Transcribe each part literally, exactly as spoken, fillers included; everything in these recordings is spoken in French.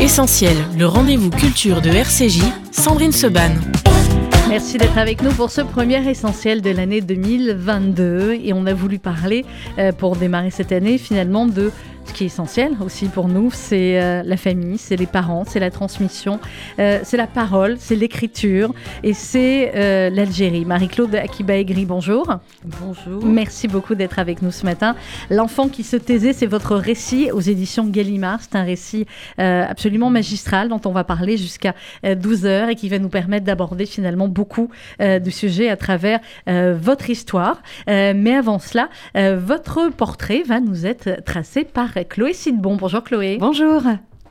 L'essentiel, le rendez-vous culture de R C J, Sandrine Seban. Merci d'être avec nous pour ce premier essentiel de l'année deux mille vingt-deux. Et on a voulu parler, euh, pour démarrer cette année, finalement, de ce qui est essentiel aussi pour nous, c'est euh, la famille, c'est les parents, c'est la transmission, euh, c'est la parole, c'est l'écriture et c'est euh, l'Algérie. Marie-Claude Akiba-Aigri, bonjour. Bonjour. Merci beaucoup d'être avec nous ce matin. L'enfant qui se taisait, c'est votre récit aux éditions Gallimard. C'est un récit euh, absolument magistral dont on va parler jusqu'à euh, douze heures et qui va nous permettre d'aborder finalement beaucoup euh, du sujet à travers euh, votre histoire. Euh, mais avant cela, euh, votre portrait va nous être tracé par Chloé Sidbon. Bonjour Chloé. Bonjour.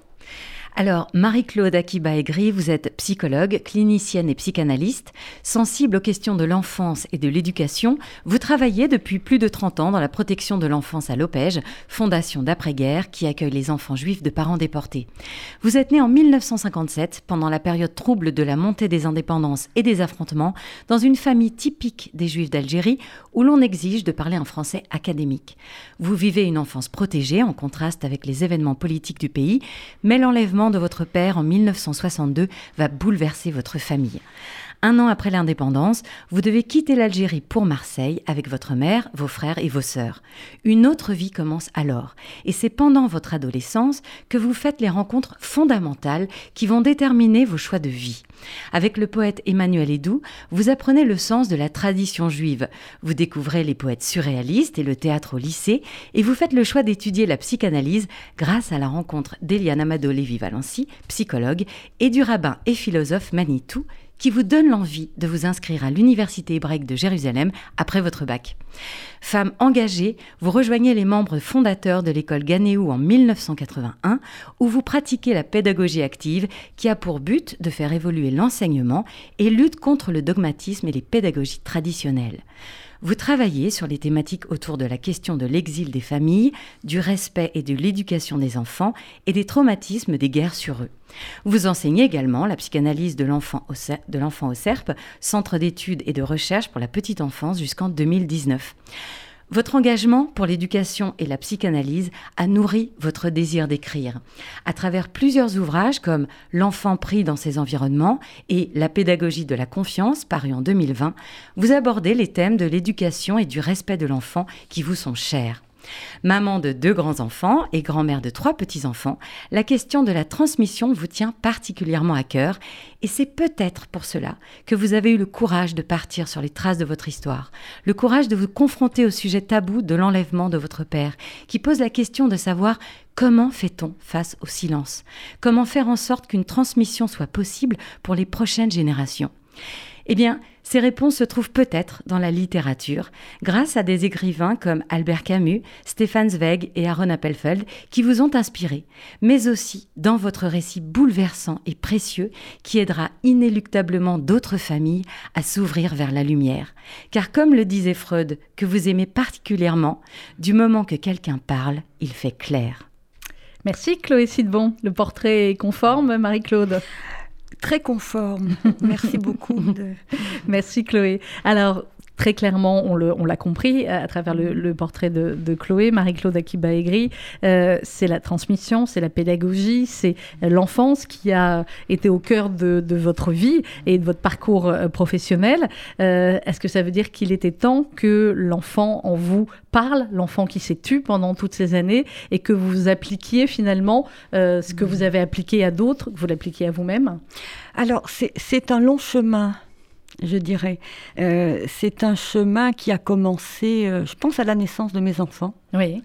Alors, Marie-Claude Akiba-Aigri, vous êtes psychologue, clinicienne et psychanalyste, sensible aux questions de l'enfance et de l'éducation. Vous travaillez depuis plus de trente ans dans la protection de l'enfance à l'Opège, fondation d'après-guerre qui accueille les enfants juifs de parents déportés. Vous êtes né en mille neuf cent cinquante-sept, pendant la période trouble de la montée des indépendances et des affrontements, dans une famille typique des juifs d'Algérie, où l'on exige de parler un français académique. Vous vivez une enfance protégée, en contraste avec les événements politiques du pays, mais l'enlèvement de votre père en mille neuf cent soixante-deux va bouleverser votre famille. Un an après l'indépendance, vous devez quitter l'Algérie pour Marseille avec votre mère, vos frères et vos sœurs. Une autre vie commence alors. Et c'est pendant votre adolescence que vous faites les rencontres fondamentales qui vont déterminer vos choix de vie. Avec le poète Emmanuel Hédou, vous apprenez le sens de la tradition juive. Vous découvrez les poètes surréalistes et le théâtre au lycée et vous faites le choix d'étudier la psychanalyse grâce à la rencontre d'Eliane Amado Lévy-Valency, psychologue, et du rabbin et philosophe Manitou, qui vous donne l'envie de vous inscrire à l'Université hébraïque de Jérusalem après votre bac. Femme engagée, vous rejoignez les membres fondateurs de l'école Ganéou en mille neuf cent quatre-vingt-un, où vous pratiquez la pédagogie active qui a pour but de faire évoluer l'enseignement et lutte contre le dogmatisme et les pédagogies traditionnelles. Vous travaillez sur les thématiques autour de la question de l'exil des familles, du respect et de l'éducation des enfants et des traumatismes des guerres sur eux. Vous enseignez également la psychanalyse de l'enfant au, C- de l'enfant au C E R P, Centre d'études et de recherche pour la petite enfance, jusqu'en deux mille dix-neuf. Votre engagement pour l'éducation et la psychanalyse a nourri votre désir d'écrire. À travers plusieurs ouvrages comme L'enfant pris dans ses environnements et La pédagogie de la confiance, paru en deux mille vingt, vous abordez les thèmes de l'éducation et du respect de l'enfant qui vous sont chers. Maman de deux grands-enfants et grand-mère de trois petits-enfants, la question de la transmission vous tient particulièrement à cœur et c'est peut-être pour cela que vous avez eu le courage de partir sur les traces de votre histoire, le courage de vous confronter au sujet tabou de l'enlèvement de votre père, qui pose la question de savoir comment fait-on face au silence, comment faire en sorte qu'une transmission soit possible pour les prochaines générations. Eh bien, ces réponses se trouvent peut-être dans la littérature, grâce à des écrivains comme Albert Camus, Stefan Zweig et Aaron Appelfeld qui vous ont inspiré, mais aussi dans votre récit bouleversant et précieux qui aidera inéluctablement d'autres familles à s'ouvrir vers la lumière. Car comme le disait Freud, que vous aimez particulièrement, du moment que quelqu'un parle, il fait clair. Merci Chloé Sidbon. Le portrait est conforme, Marie-Claude? Très conforme. Merci beaucoup. De... Merci Chloé. Alors, très clairement, on, le, on l'a compris à travers le, le portrait de, de Chloé, Marie-Claude Akiba-Aigri, euh, c'est la transmission, c'est la pédagogie, c'est l'enfance qui a été au cœur de, de votre vie et de votre parcours euh, professionnel. Euh, est-ce que ça veut dire qu'il était temps que l'enfant en vous parle, l'enfant qui s'est tu pendant toutes ces années et que vous appliquiez finalement euh, ce que vous avez appliqué à d'autres, que vous l'appliquiez à vous-même? Alors, c'est, c'est un long chemin. Je dirais. Euh, c'est un chemin qui a commencé, euh, je pense, à la naissance de mes enfants. Oui.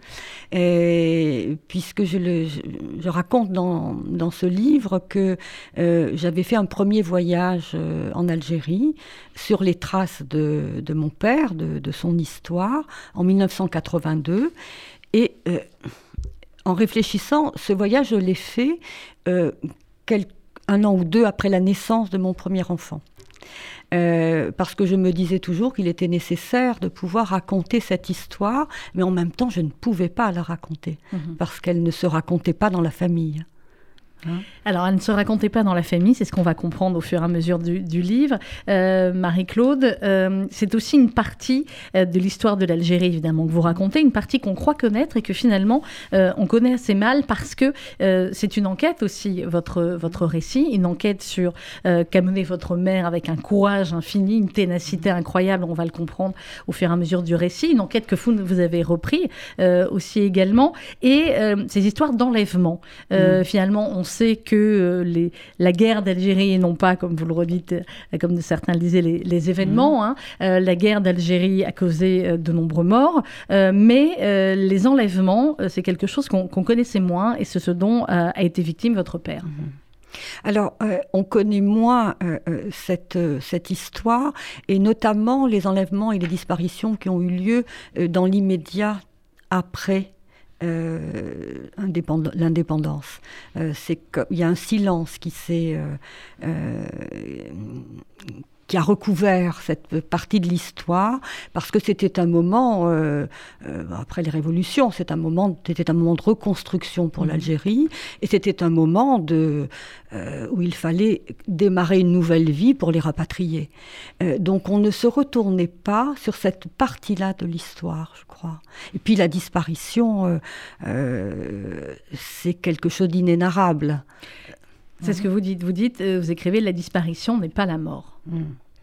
Et, puisque je, le, je, je raconte dans, dans ce livre que euh, j'avais fait un premier voyage euh, en Algérie sur les traces de, de mon père, de, de son histoire, en mille neuf cent quatre-vingt-deux. Et euh, en réfléchissant, ce voyage, je l'ai fait euh, quel, un an ou deux après la naissance de mon premier enfant. Euh, parce que je me disais toujours qu'il était nécessaire de pouvoir raconter cette histoire, mais en même temps, je ne pouvais pas la raconter, mmh. parce qu'elle ne se racontait pas dans la famille. Hein. Alors, elle ne se racontait pas dans la famille, c'est ce qu'on va comprendre au fur et à mesure du, du livre. Euh, Marie-Claude, euh, c'est aussi une partie euh, de l'histoire de l'Algérie, évidemment, que vous racontez, une partie qu'on croit connaître et que finalement, euh, on connaît assez mal parce que euh, c'est une enquête aussi, votre, votre récit, une enquête sur euh, qu'a mené votre mère avec un courage infini, une ténacité incroyable, on va le comprendre au fur et à mesure du récit, une enquête que vous, vous avez repris euh, aussi également, et euh, ces histoires d'enlèvement. Euh, mmh. Finalement, on sait que euh, les, la guerre d'Algérie, et non pas, comme vous le redites, euh, comme certains le disaient, les, les événements, mmh. hein, euh, la guerre d'Algérie a causé euh, de nombreux morts, euh, mais euh, les enlèvements, euh, c'est quelque chose qu'on, qu'on connaissait moins, et c'est ce dont euh, a été victime votre père. Mmh. Alors, euh, on connaît moins euh, cette, euh, cette histoire, et notamment les enlèvements et les disparitions qui ont eu lieu euh, dans l'immédiat après Euh, indépend- l'indépendance. Euh, c'est qu'il y a un silence qui s'est euh, euh, qui a recouvert cette partie de l'histoire, parce que c'était un moment, euh, euh, après les révolutions, c'est un moment, c'était un moment de reconstruction pour mmh. l'Algérie, et c'était un moment de, euh, où il fallait démarrer une nouvelle vie pour les rapatrier. Euh, donc on ne se retournait pas sur cette partie-là de l'histoire, je crois. Et puis la disparition, euh, euh, c'est quelque chose d'inénarrable. C'est mmh. ce que vous dites. Vous dites, euh, vous écrivez, la disparition n'est pas la mort. Mmh.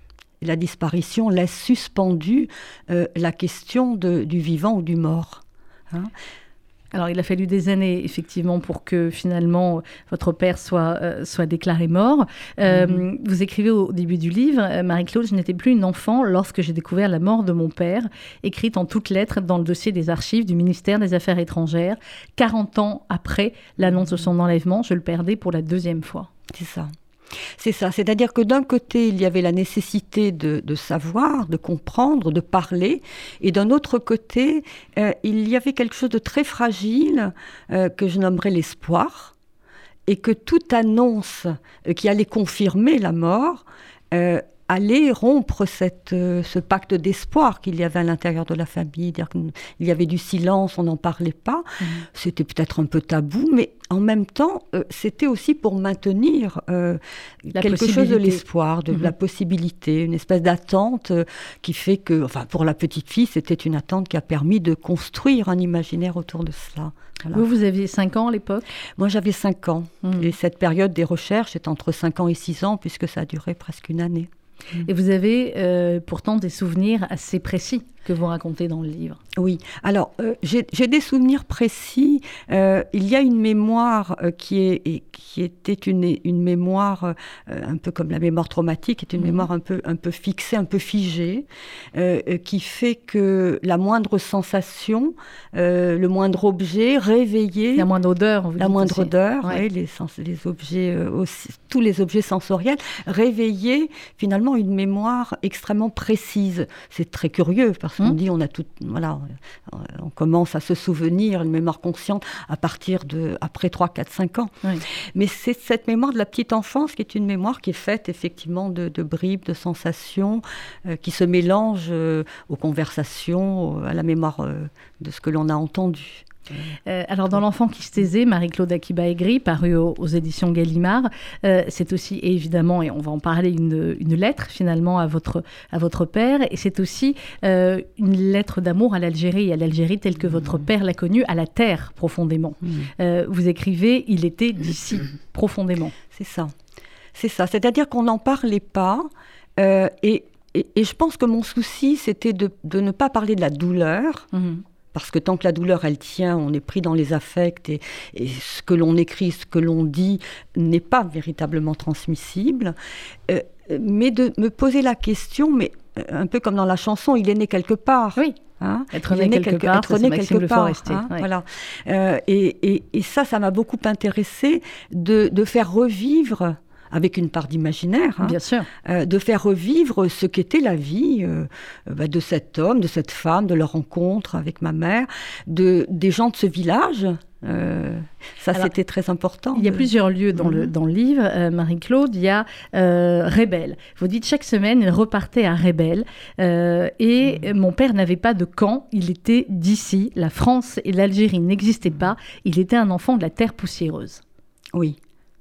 La disparition laisse suspendue euh, la question de, du vivant ou du mort. Hein? Alors, il a fallu des années, effectivement, pour que, finalement, votre père soit, euh, soit déclaré mort. Euh, mmh. Vous écrivez au début du livre, euh, Marie-Claude, je n'étais plus une enfant lorsque j'ai découvert la mort de mon père, écrite en toutes lettres dans le dossier des archives du ministère des Affaires étrangères. quarante ans après l'annonce de son enlèvement, je le perdais pour la deuxième fois. C'est ça. C'est ça, c'est-à-dire que d'un côté, il y avait la nécessité de, de savoir, de comprendre, de parler, et d'un autre côté, euh, il y avait quelque chose de très fragile euh, que je nommerais l'espoir, et que toute annonce euh, qui allait confirmer la mort euh, allait rompre cette, euh, ce pacte d'espoir qu'il y avait à l'intérieur de la famille. Dire qu'il y avait du silence, on n'en parlait pas. Mmh. C'était peut-être un peu tabou, mais en même temps, euh, c'était aussi pour maintenir euh, quelque chose de l'espoir, de, mmh. de la possibilité, une espèce d'attente euh, qui fait que, enfin, pour la petite fille, c'était une attente qui a permis de construire un imaginaire autour de cela. Voilà. Vous, vous aviez cinq ans à l'époque ? Moi, j'avais cinq ans. Mmh. Et cette période des recherches est entre cinq ans et six ans, puisque ça a duré presque une année. Et vous avez euh, pourtant des souvenirs assez précis que vous racontez dans le livre. Oui, alors euh, j'ai, j'ai des souvenirs précis. Euh, il y a une mémoire euh, qui, est, et, qui était une, une mémoire euh, un peu comme la mémoire traumatique, est une mmh. mémoire un peu, un peu fixée, un peu figée, euh, qui fait que la moindre sensation, euh, le moindre objet réveillé... La moindre odeur, vous La moindre aussi. odeur, ouais. oui, les, sens, les objets, euh, aussi, tous les objets sensoriels, réveillaient finalement une mémoire extrêmement précise. C'est très curieux, parce qu'on mmh. dit on a tout, voilà, on commence à se souvenir, une mémoire consciente à partir de après trois, quatre, cinq ans. Oui. Mais c'est cette mémoire de la petite enfance qui est une mémoire qui est faite effectivement de, de bribes, de sensations, euh, qui se mélangent euh, aux conversations, à la mémoire euh, de ce que l'on a entendu. Euh, alors, dans L'enfant qui se taisait, Marie-Claude Akiba-Aigri, paru aux, aux éditions Gallimard, euh, c'est aussi évidemment, et on va en parler, une, une lettre finalement à votre, à votre père, et c'est aussi euh, une lettre d'amour à l'Algérie, à l'Algérie telle que mmh. votre père l'a connue, à la terre profondément. Mmh. Euh, vous écrivez, il était d'ici, profondément. C'est ça, c'est ça, c'est-à-dire qu'on n'en parlait pas, euh, et, et, et je pense que mon souci, c'était de, de ne pas parler de la douleur, mmh. Parce que tant que la douleur, elle tient, on est pris dans les affects et, et ce que l'on écrit, ce que l'on dit n'est pas véritablement transmissible. Euh, mais de me poser la question, mais un peu comme dans la chanson, il est né quelque part. Oui, hein, être né quelque, quelque part, être né quelque quelque part. Hein, ouais. Voilà. Euh, et, et, et ça, ça m'a beaucoup intéressée de, de faire revivre... avec une part d'imaginaire, hein, bien sûr, euh, de faire revivre ce qu'était la vie euh, bah, de cet homme, de cette femme, de leur rencontre avec ma mère, de, des gens de ce village. Euh, ça, alors, c'était très important. Il y a de... plusieurs lieux dans, mmh. le, dans le livre, euh, Marie-Claude. Il y a euh, Rébel. Vous dites chaque semaine, il repartait à Rébel. Euh, et mmh. mon père n'avait pas de camp, il était d'ici. La France et l'Algérie n'existaient pas. Il était un enfant de la terre poussiéreuse. Oui.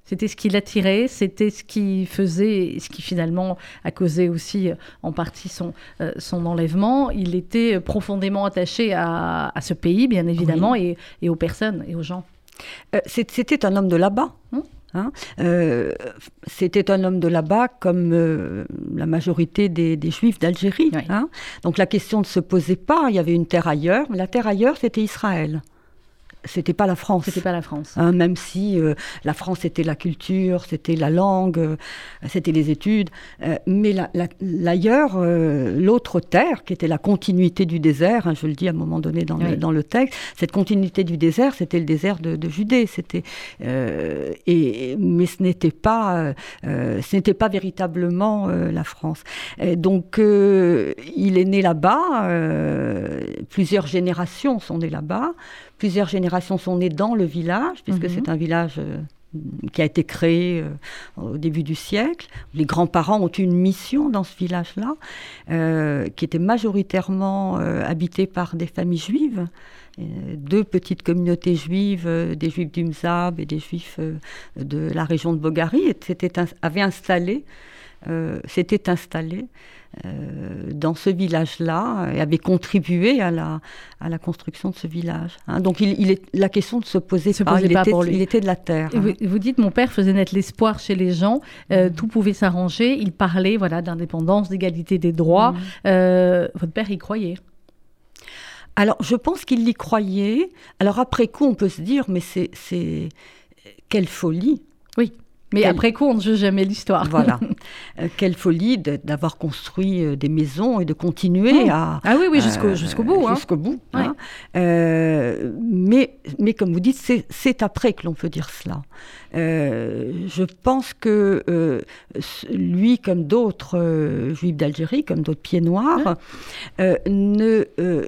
C'était ce qui l'attirait, c'était ce qui faisait, ce qui finalement a causé aussi en partie son, euh, son enlèvement. Il était profondément attaché à, à ce pays, bien évidemment, oui. et, et aux personnes et aux gens. Euh, c'était un homme de là-bas. Hum Hein euh, c'était un homme de là-bas comme euh, la majorité des, des Juifs d'Algérie. Oui. Hein Donc la question ne se posait pas, il y avait une terre ailleurs, mais la terre ailleurs, c'était Israël. C'était pas la France. C'était pas la France. Hein, même si euh, la France, c'était la culture, c'était la langue, euh, c'était les études. Euh, mais la, la, l'ailleurs, euh, l'autre terre, qui était la continuité du désert, hein, je le dis à un moment donné dans, oui. le, dans le texte, cette continuité du désert, c'était le désert de, de Judée. C'était, euh, et, mais ce n'était pas, euh, ce n'était pas véritablement euh, la France. Et donc, euh, il est né là-bas. Euh, plusieurs générations sont nées là-bas. Plusieurs générations sont nées dans le village, puisque mmh. c'est un village euh, qui a été créé euh, au début du siècle. Les grands-parents ont eu une mission dans ce village-là, euh, qui était majoritairement euh, habité par des familles juives. Euh, deux petites communautés juives, euh, des juifs du Mzab et des juifs euh, de la région de Bogari, et c'était, avaient installé, euh, s'étaient installés Euh, dans ce village-là et avait contribué à la, à la construction de ce village. Hein. Donc il, il est, la question ne se posait se pas, posait il, pas était, pour lui. Il était de la terre. Hein. Vous, vous dites, mon père faisait naître l'espoir chez les gens, euh, mmh. tout pouvait s'arranger, il parlait voilà, d'indépendance, d'égalité des droits. Mmh. Euh, votre père y croyait? Alors je pense qu'il y croyait. Alors après coup, on peut se dire, mais c'est, c'est... quelle folie. Oui. Mais quelle... après coup, on ne juge jamais l'histoire. Voilà. Euh, quelle folie de, d'avoir construit euh, des maisons et de continuer mmh. à... Ah oui, oui, jusqu'au, euh, jusqu'au bout. Hein. Jusqu'au bout. Ouais. Hein. Euh, mais, mais comme vous dites, c'est, c'est après que l'on peut dire cela. Euh, je pense que euh, lui, comme d'autres euh, Juifs d'Algérie, comme d'autres pieds noirs, ouais. euh, ne... Euh,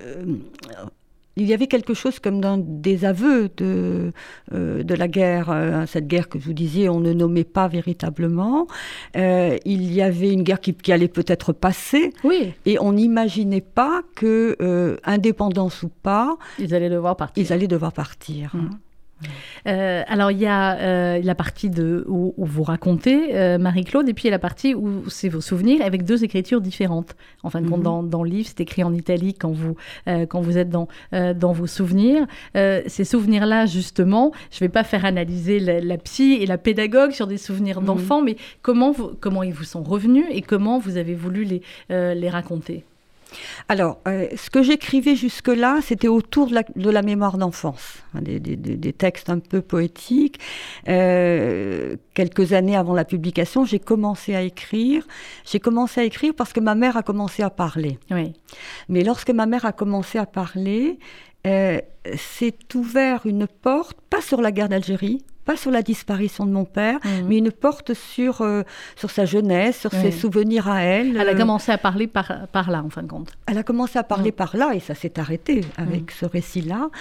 il y avait quelque chose comme d'un désaveu de, euh, de la guerre, euh, cette guerre que vous disiez, on ne nommait pas véritablement. Euh, il y avait une guerre qui, qui allait peut-être passer, oui. et on n'imaginait pas que, euh, indépendance ou pas, ils allaient devoir partir. Ils allaient devoir partir. Mmh. Euh, alors, il y a euh, la partie de, où, où vous racontez, euh, Marie-Claude, et puis il y a la partie où c'est vos souvenirs, avec deux écritures différentes. En fin de compte, mm-hmm. dans, dans le livre, c'est écrit en italique quand vous, euh, quand vous êtes dans, euh, dans vos souvenirs. Euh, ces souvenirs-là, justement, je ne vais pas faire analyser la, la psy et la pédagogue sur des souvenirs mm-hmm. d'enfants, mais comment, vous, comment ils vous sont revenus et comment vous avez voulu les, euh, les raconter? Alors, euh, ce que j'écrivais jusque-là, c'était autour de la, de la mémoire d'enfance, hein, des, des, des textes un peu poétiques. Euh, quelques années avant la publication, j'ai commencé à écrire. J'ai commencé à écrire parce que ma mère a commencé à parler. Oui. Mais lorsque ma mère a commencé à parler, euh, s'est ouvert une porte, pas sur la guerre d'Algérie, pas sur la disparition de mon père, mmh. mais une porte sur, euh, sur sa jeunesse, sur oui. ses souvenirs à elle. Elle a commencé à parler par, par là, en fin de compte. Elle a commencé à parler mmh. par là, et ça s'est arrêté avec mmh. ce récit-là.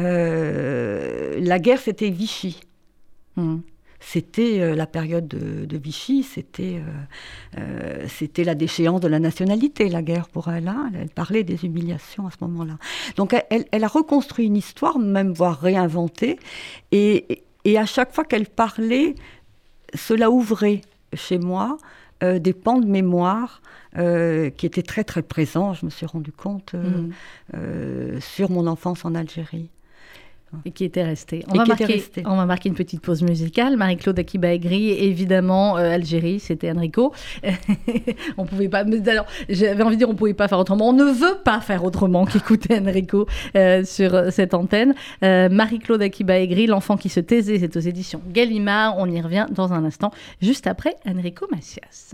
Euh, la guerre, c'était Vichy. Mmh. C'était euh, la période de, de Vichy, c'était, euh, euh, c'était la déchéance de la nationalité, la guerre pour elle. Hein. Elle parlait des humiliations à ce moment-là. Donc elle, elle a reconstruit une histoire, même voire réinventée, et... Et à chaque fois qu'elle parlait, cela ouvrait chez moi euh, des pans de mémoire euh, qui étaient très très présents, je me suis rendu compte, euh, mmh. euh, sur mon enfance en Algérie. Et qui était resté. On, va marquer, resté. on va marquer une petite pause musicale. Marie-Claude Akiba-Egri, évidemment, euh, Algérie, c'était Enrico. On pouvait pas. Mais alors, j'avais envie de dire, on pouvait pas faire autrement. On ne veut pas faire autrement qu'écouter Enrico euh, sur cette antenne. Euh, Marie-Claude Akiba-Egri, L'enfant qui se taisait, c'est aux éditions Gallimard. On y revient dans un instant, juste après Enrico Macias.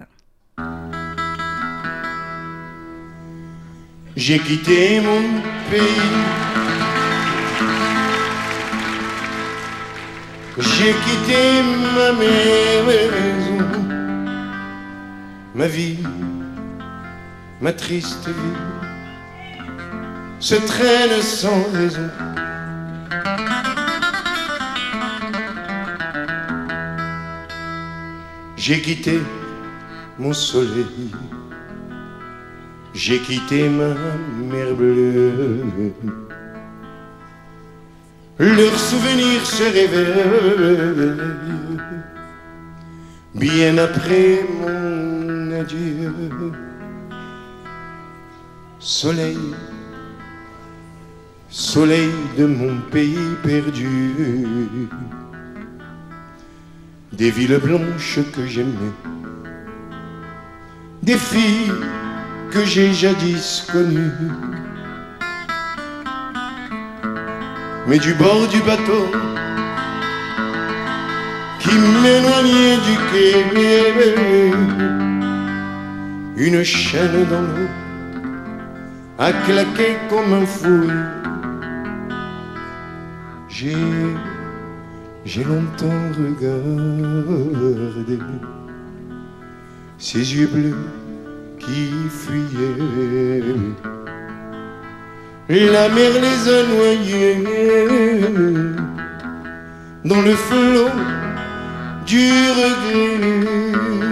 J'ai quitté mon pays. J'ai quitté ma maison, ma vie, ma triste vie, se traîne sans raison. J'ai quitté mon soleil, j'ai quitté ma mer bleue. Leurs souvenirs se réveillent bien après mon adieu. Soleil, soleil de mon pays perdu, des villes blanches que j'aimais, des filles que j'ai jadis connues, mais du bord du bateau qui m'éloignait du quai, une chaîne dans l'eau a claqué comme un fou. J'ai, j'ai longtemps regardé ces yeux bleus qui fuyaient. La mer les a noyés dans le flot du regret.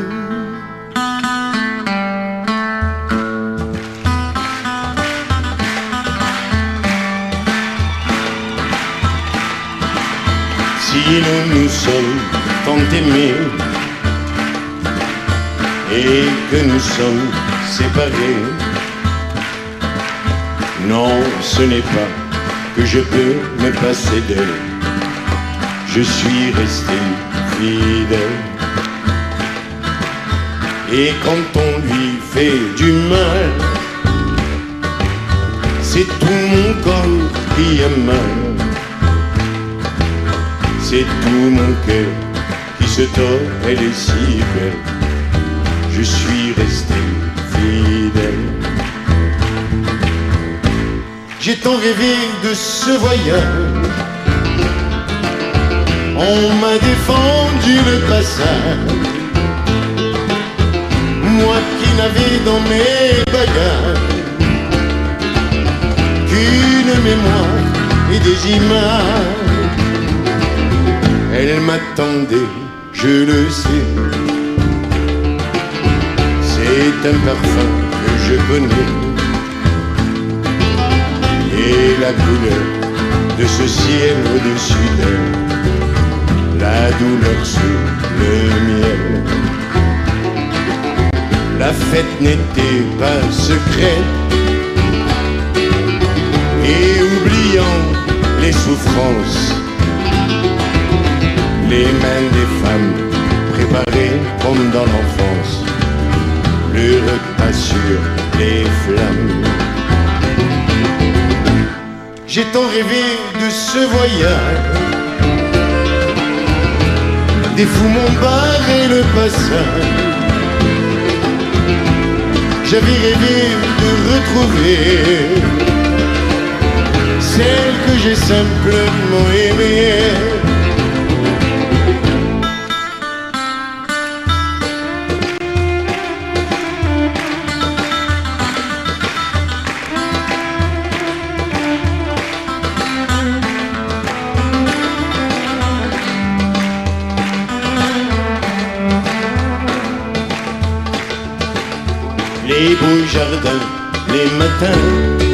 Si nous nous sommes tant aimés et que nous sommes séparés, non, ce n'est pas que je peux me passer d'elle. Je suis resté fidèle. Et quand on lui fait du mal, c'est tout mon corps qui a mal. C'est tout mon cœur qui se tord, elle est si belle. Je suis resté fidèle. J'ai tant rêvé de ce voyage, on m'a défendu le passage, moi qui n'avais dans mes bagages qu'une mémoire et des images. Elle m'attendait, je le sais, c'est un parfum que je connais, et la couleur de ce ciel au-dessus d'elle, la douleur sous le miel. La fête n'était pas secrète, et oubliant les souffrances, les mains des femmes préparées comme dans l'enfance, le repas sur les flammes. J'ai tant rêvé de ce voyage, des fous m'ont barré le passage. J'avais rêvé de retrouver celle que j'ai simplement aimée. Les beaux jardins, les matins,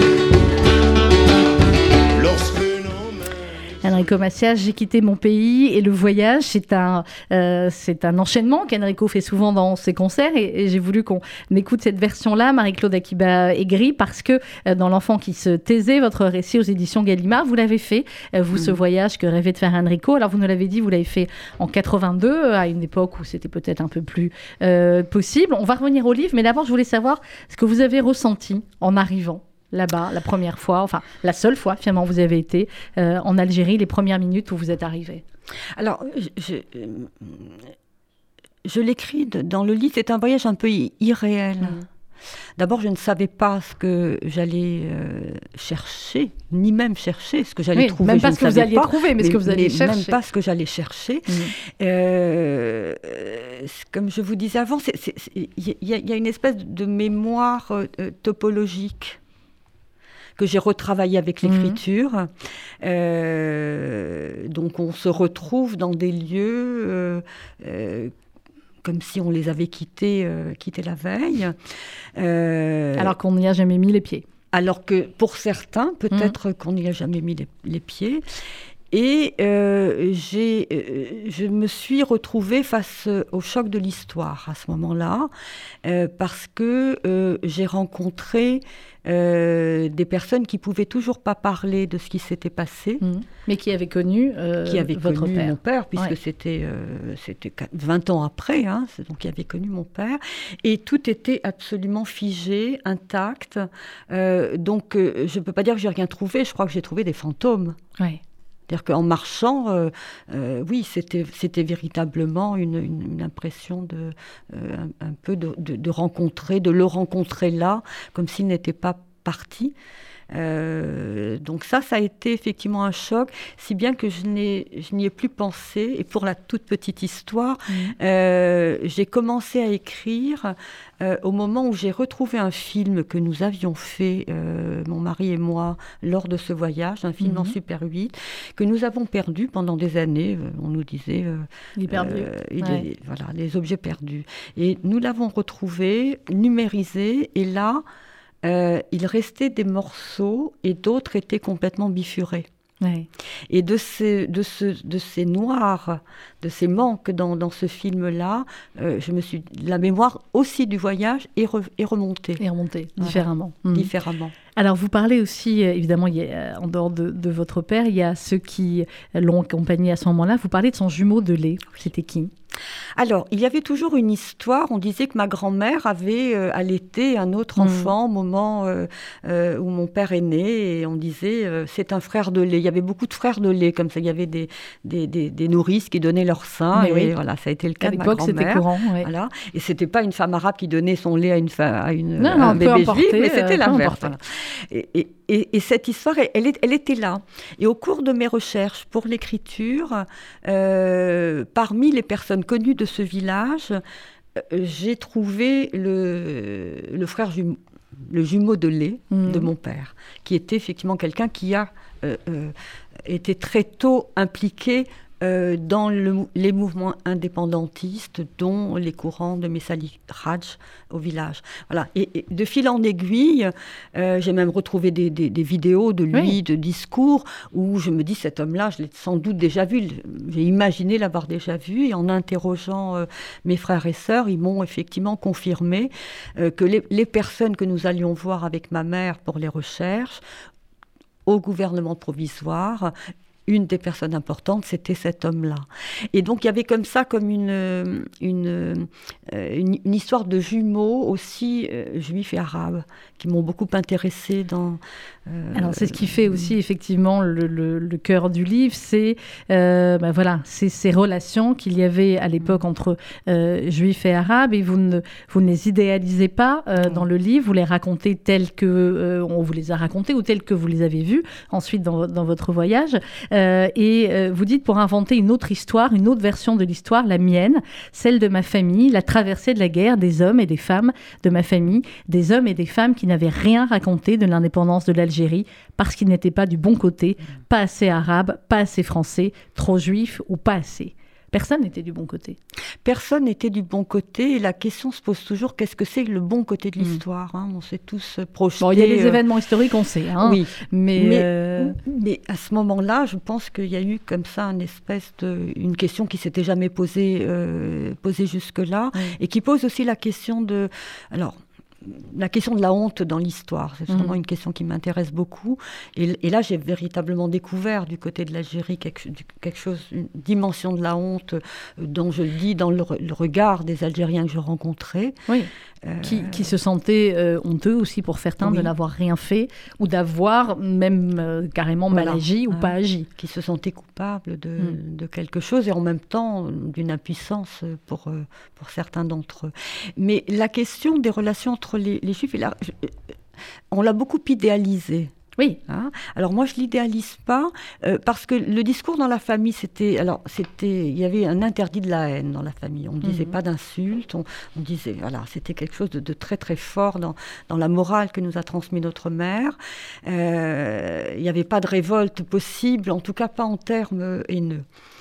lorsque l'on... Enrico Macias, J'ai quitté mon pays et le voyage, c'est un, euh, c'est un enchaînement qu'Enrico fait souvent dans ses concerts et, et j'ai voulu qu'on écoute cette version-là, Marie-Claude Akiba-Aigri, parce que euh, dans L'enfant qui se taisait, votre récit aux éditions Gallimard, vous l'avez fait, euh, vous, mmh. ce voyage que rêvait de faire Enrico. Alors vous nous l'avez dit, vous l'avez fait en quatre-vingt-deux, à une époque où c'était peut-être un peu plus euh, possible. On va revenir au livre, mais d'abord je voulais savoir ce que vous avez ressenti en arrivant là-bas, la première fois, enfin la seule fois finalement vous avez été euh, en Algérie, les premières minutes où vous êtes arrivé. Alors, je, je l'écris dans le livre, c'est un voyage un peu irréel. Mmh. D'abord, je ne savais pas ce que j'allais euh, chercher, ni même chercher ce que j'allais oui, trouver. Même pas je ce que vous alliez pas, trouver, mais, mais ce que vous alliez chercher. Même pas ce que j'allais chercher. Mmh. Euh, comme je vous disais avant, il y, y a une espèce de mémoire euh, topologique que j'ai retravaillé avec l'écriture. Mmh. Euh, donc, on se retrouve dans des lieux euh, euh, comme si on les avait quittés, euh, quittés la veille. Euh, alors qu'on n'y a jamais mis les pieds. Alors que, pour certains, peut-être mmh. qu'on n'y a jamais mis les, les pieds. Et euh, j'ai, euh, je me suis retrouvée face au choc de l'histoire à ce moment-là, euh, parce que euh, j'ai rencontré euh, des personnes qui ne pouvaient toujours pas parler de ce qui s'était passé. Mmh. Mais qui avaient connu euh, qui avaient votre connu père. mon père, puisque Ouais. c'était, euh, c'était vingt ans après, hein, c'est donc qui avait connu mon père. Et tout était absolument figé, intact. Euh, donc, euh, je ne peux pas dire que j'ai rien trouvé, je crois que j'ai trouvé des fantômes. Ouais. C'est-à-dire qu'en marchant, euh, euh, oui, c'était, c'était véritablement une, une, une impression de, euh, un, un peu de, de, de rencontrer, de le rencontrer là, comme s'il n'était pas parti. Euh, donc ça, ça a été effectivement un choc, si bien que je, n'ai, je n'y ai plus pensé. Et pour la toute petite histoire, mmh. euh, j'ai commencé à écrire euh, au moment où j'ai retrouvé un film que nous avions fait, euh, mon mari et moi, lors de ce voyage, un film mmh. en Super huit, que nous avons perdu pendant des années. On nous disait... Euh, il est perdu. Euh, il ouais. est, voilà, les objets perdus. Et nous l'avons retrouvé, numérisé, et là... Euh, il restait des morceaux et d'autres étaient complètement bifurés. Ouais. Et de ces, de, ce, de ces noirs, de ces manques dans, dans ce film-là, euh, je me suis, la mémoire aussi du voyage est, re, est remontée. Est remontée, voilà. différemment. Mmh. Différemment. Alors, vous parlez aussi, euh, évidemment, il y a, en dehors de, de votre père, il y a ceux qui l'ont accompagné à ce moment-là. Vous parlez de son jumeau de lait. C'était qui ? Alors, il y avait toujours une histoire. On disait que ma grand-mère avait euh, allaité un autre enfant mmh. au moment euh, euh, où mon père est né. Et on disait, euh, c'est un frère de lait. Il y avait beaucoup de frères de lait, comme ça. Il y avait des, des, des, des nourrices qui donnaient leur sein. Mais et oui. voilà, ça a été le cas à de ma grand-mère. À l'époque, c'était courant. Ouais. Voilà. Et ce n'était pas une femme arabe qui donnait son lait à, une, à, une, non, à non, un bébé importer, juif, mais c'était euh, l'inverse. Voilà. Et, et, et, et cette histoire, elle, elle était là. Et au cours de mes recherches pour l'écriture, euh, parmi les personnes connues de ce village, euh, j'ai trouvé le, le frère jumeau, le jumeau de lait mmh. de mon père, qui était effectivement quelqu'un qui a euh, euh, été très tôt impliqué Euh, dans le, les mouvements indépendantistes, dont les courants de Messali Raj au village. Voilà. Et, et de fil en aiguille, euh, j'ai même retrouvé des, des, des vidéos de lui, oui. de discours, où je me dis, cet homme-là, je l'ai sans doute déjà vu, j'ai imaginé l'avoir déjà vu, et en interrogeant euh, mes frères et sœurs, ils m'ont effectivement confirmé euh, que les, les personnes que nous allions voir avec ma mère pour les recherches, au gouvernement provisoire, une des personnes importantes, c'était cet homme-là. Et donc, il y avait comme ça, comme une, une, une, une histoire de jumeaux aussi euh, juifs et arabes, qui m'ont beaucoup intéressée dans... Euh, Alors, c'est ce qui fait aussi, effectivement, le, le, le cœur du livre, c'est, euh, ben voilà, c'est ces relations qu'il y avait à l'époque entre euh, juifs et arabes, et vous ne, vous ne les idéalisez pas euh, dans le livre, vous les racontez tels que euh, on vous les a racontés, ou tels que vous les avez vus, ensuite dans, dans votre voyage. Euh, et euh, vous dites, pour inventer une autre histoire, une autre version de l'histoire, la mienne, celle de ma famille, la traversée de la guerre des hommes et des femmes de ma famille, des hommes et des femmes qui n'avaient rien raconté de l'indépendance de l'Algérie parce qu'ils n'étaient pas du bon côté, pas assez arabes, pas assez français, trop juifs ou pas assez. Personne n'était du bon côté. Personne n'était du bon côté. Et la question se pose toujours, qu'est-ce que c'est le bon côté de l'histoire hein? On s'est tous projetés... Bon, il y a des euh... événements historiques, on sait. Hein oui, mais, mais, euh... mais à ce moment-là, je pense qu'il y a eu comme ça une espèce de... une question qui ne s'était jamais posée, euh, posée jusque-là, oui. et qui pose aussi la question de... Alors, la question de la honte dans l'histoire, c'est vraiment mmh. une question qui m'intéresse beaucoup. Et, et là, j'ai véritablement découvert du côté de l'Algérie quelque, quelque chose, une dimension de la honte dont je le dis dans le, le regard des Algériens que je rencontrais. Oui. Euh... Qui, qui se sentaient euh, honteux aussi pour certains oui. de n'avoir rien fait ou d'avoir même euh, carrément voilà. mal agi ou ah, pas agi. Qui se sentaient coupables de, mmh. de quelque chose et en même temps d'une impuissance pour, pour certains d'entre eux. Mais la question des relations entre les, les Juifs et la... on l'a beaucoup idéalisé. Oui. Hein alors moi, je l'idéalise pas euh, parce que le discours dans la famille, c'était, alors c'était, il y avait un interdit de la haine dans la famille. On ne disait mmh. pas d'insultes. On, on disait, voilà, c'était quelque chose de, de très très fort dans dans la morale que nous a transmis notre mère. Euh, il n'y avait pas de révolte possible, en tout cas pas en termes haineux.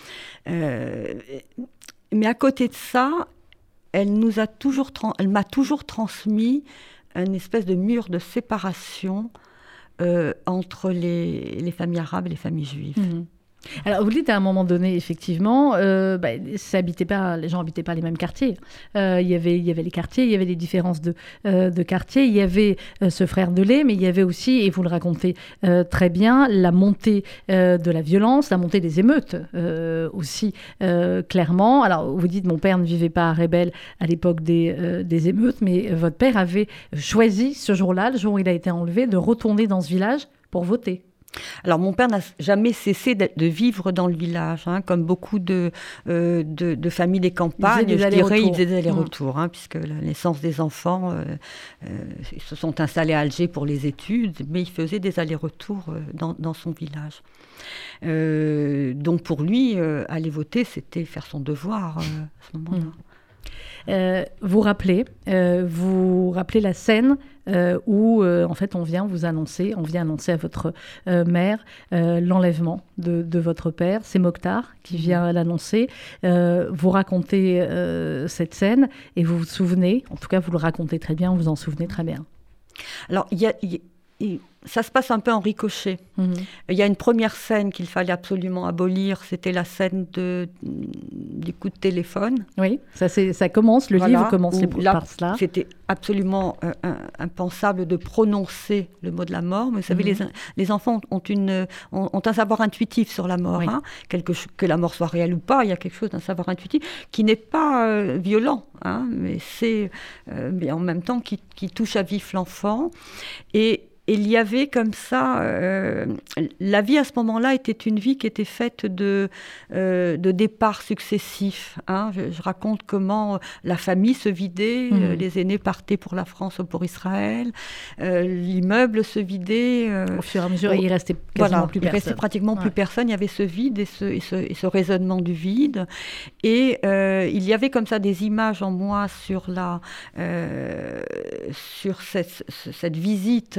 Euh, mais à côté de ça, elle nous a toujours, elle m'a toujours transmis une espèce de mur de séparation. Euh, entre les, les familles arabes et les familles juives. Mmh. Alors, vous le dites à un moment donné, effectivement, euh, bah, ça habitait pas, les gens n'habitaient pas les mêmes quartiers. Euh, il y avait, il y avait les quartiers, il y avait des différences de, euh, de quartiers. Il y avait euh, ce frère de lait, mais il y avait aussi, et vous le racontez euh, très bien, la montée euh, de la violence, la montée des émeutes euh, aussi, euh, clairement. Alors, vous dites, mon père ne vivait pas à Rébel à l'époque des, euh, des émeutes, mais votre père avait choisi ce jour-là, le jour où il a été enlevé, de retourner dans ce village pour voter. Alors, mon père n'a jamais cessé de, de vivre dans le village, hein, comme beaucoup de, euh, de, de familles des campagnes. Il je dirais, il faisait des allers-retours, mmh. hein, puisque la naissance des enfants, euh, euh, ils se sont installés à Alger pour les études, mais il faisait des allers-retours euh, dans, dans son village. Euh, donc, pour lui, euh, aller voter, c'était faire son devoir euh, à ce moment-là. Mmh. Euh, vous rappelez, euh, vous rappelez la scène euh, où euh, en fait on vient vous annoncer, on vient annoncer à votre euh, mère euh, l'enlèvement de, de votre père. C'est Mokhtar qui vient l'annoncer. Euh, vous racontez euh, cette scène et vous vous souvenez, en tout cas vous le racontez très bien, vous vous en souvenez très bien. Alors il y a, y, y, ça se passe un peu en ricochet. Mmh. Il y a une première scène qu'il fallait absolument abolir, c'était la scène de, du coup de téléphone. Oui, ça, c'est, ça commence, le voilà, livre commence là, par cela. C'était absolument euh, impensable de prononcer le mot de la mort. Mais vous savez, mmh. les, les enfants ont, une, ont, ont un savoir intuitif sur la mort. Oui. Hein, quelque, que la mort soit réelle ou pas, il y a quelque chose d'un savoir intuitif qui n'est pas euh, violent, hein, mais, c'est, euh, mais en même temps qui, qui touche à vif l'enfant. Et il y avait comme ça, euh, la vie à ce moment-là était une vie qui était faite de, euh, de départs successifs. Hein. Je, je raconte comment la famille se vidait, mmh. euh, les aînés partaient pour la France ou pour Israël, euh, l'immeuble se vidait. Euh, Au fur et à mesure, au, il restait quasiment voilà, plus il personne. Il restait pratiquement ouais. plus personne, il y avait ce vide et ce, et ce, et ce raisonnement du vide. Et euh, il y avait comme ça des images en moi sur, la, euh, sur cette, cette visite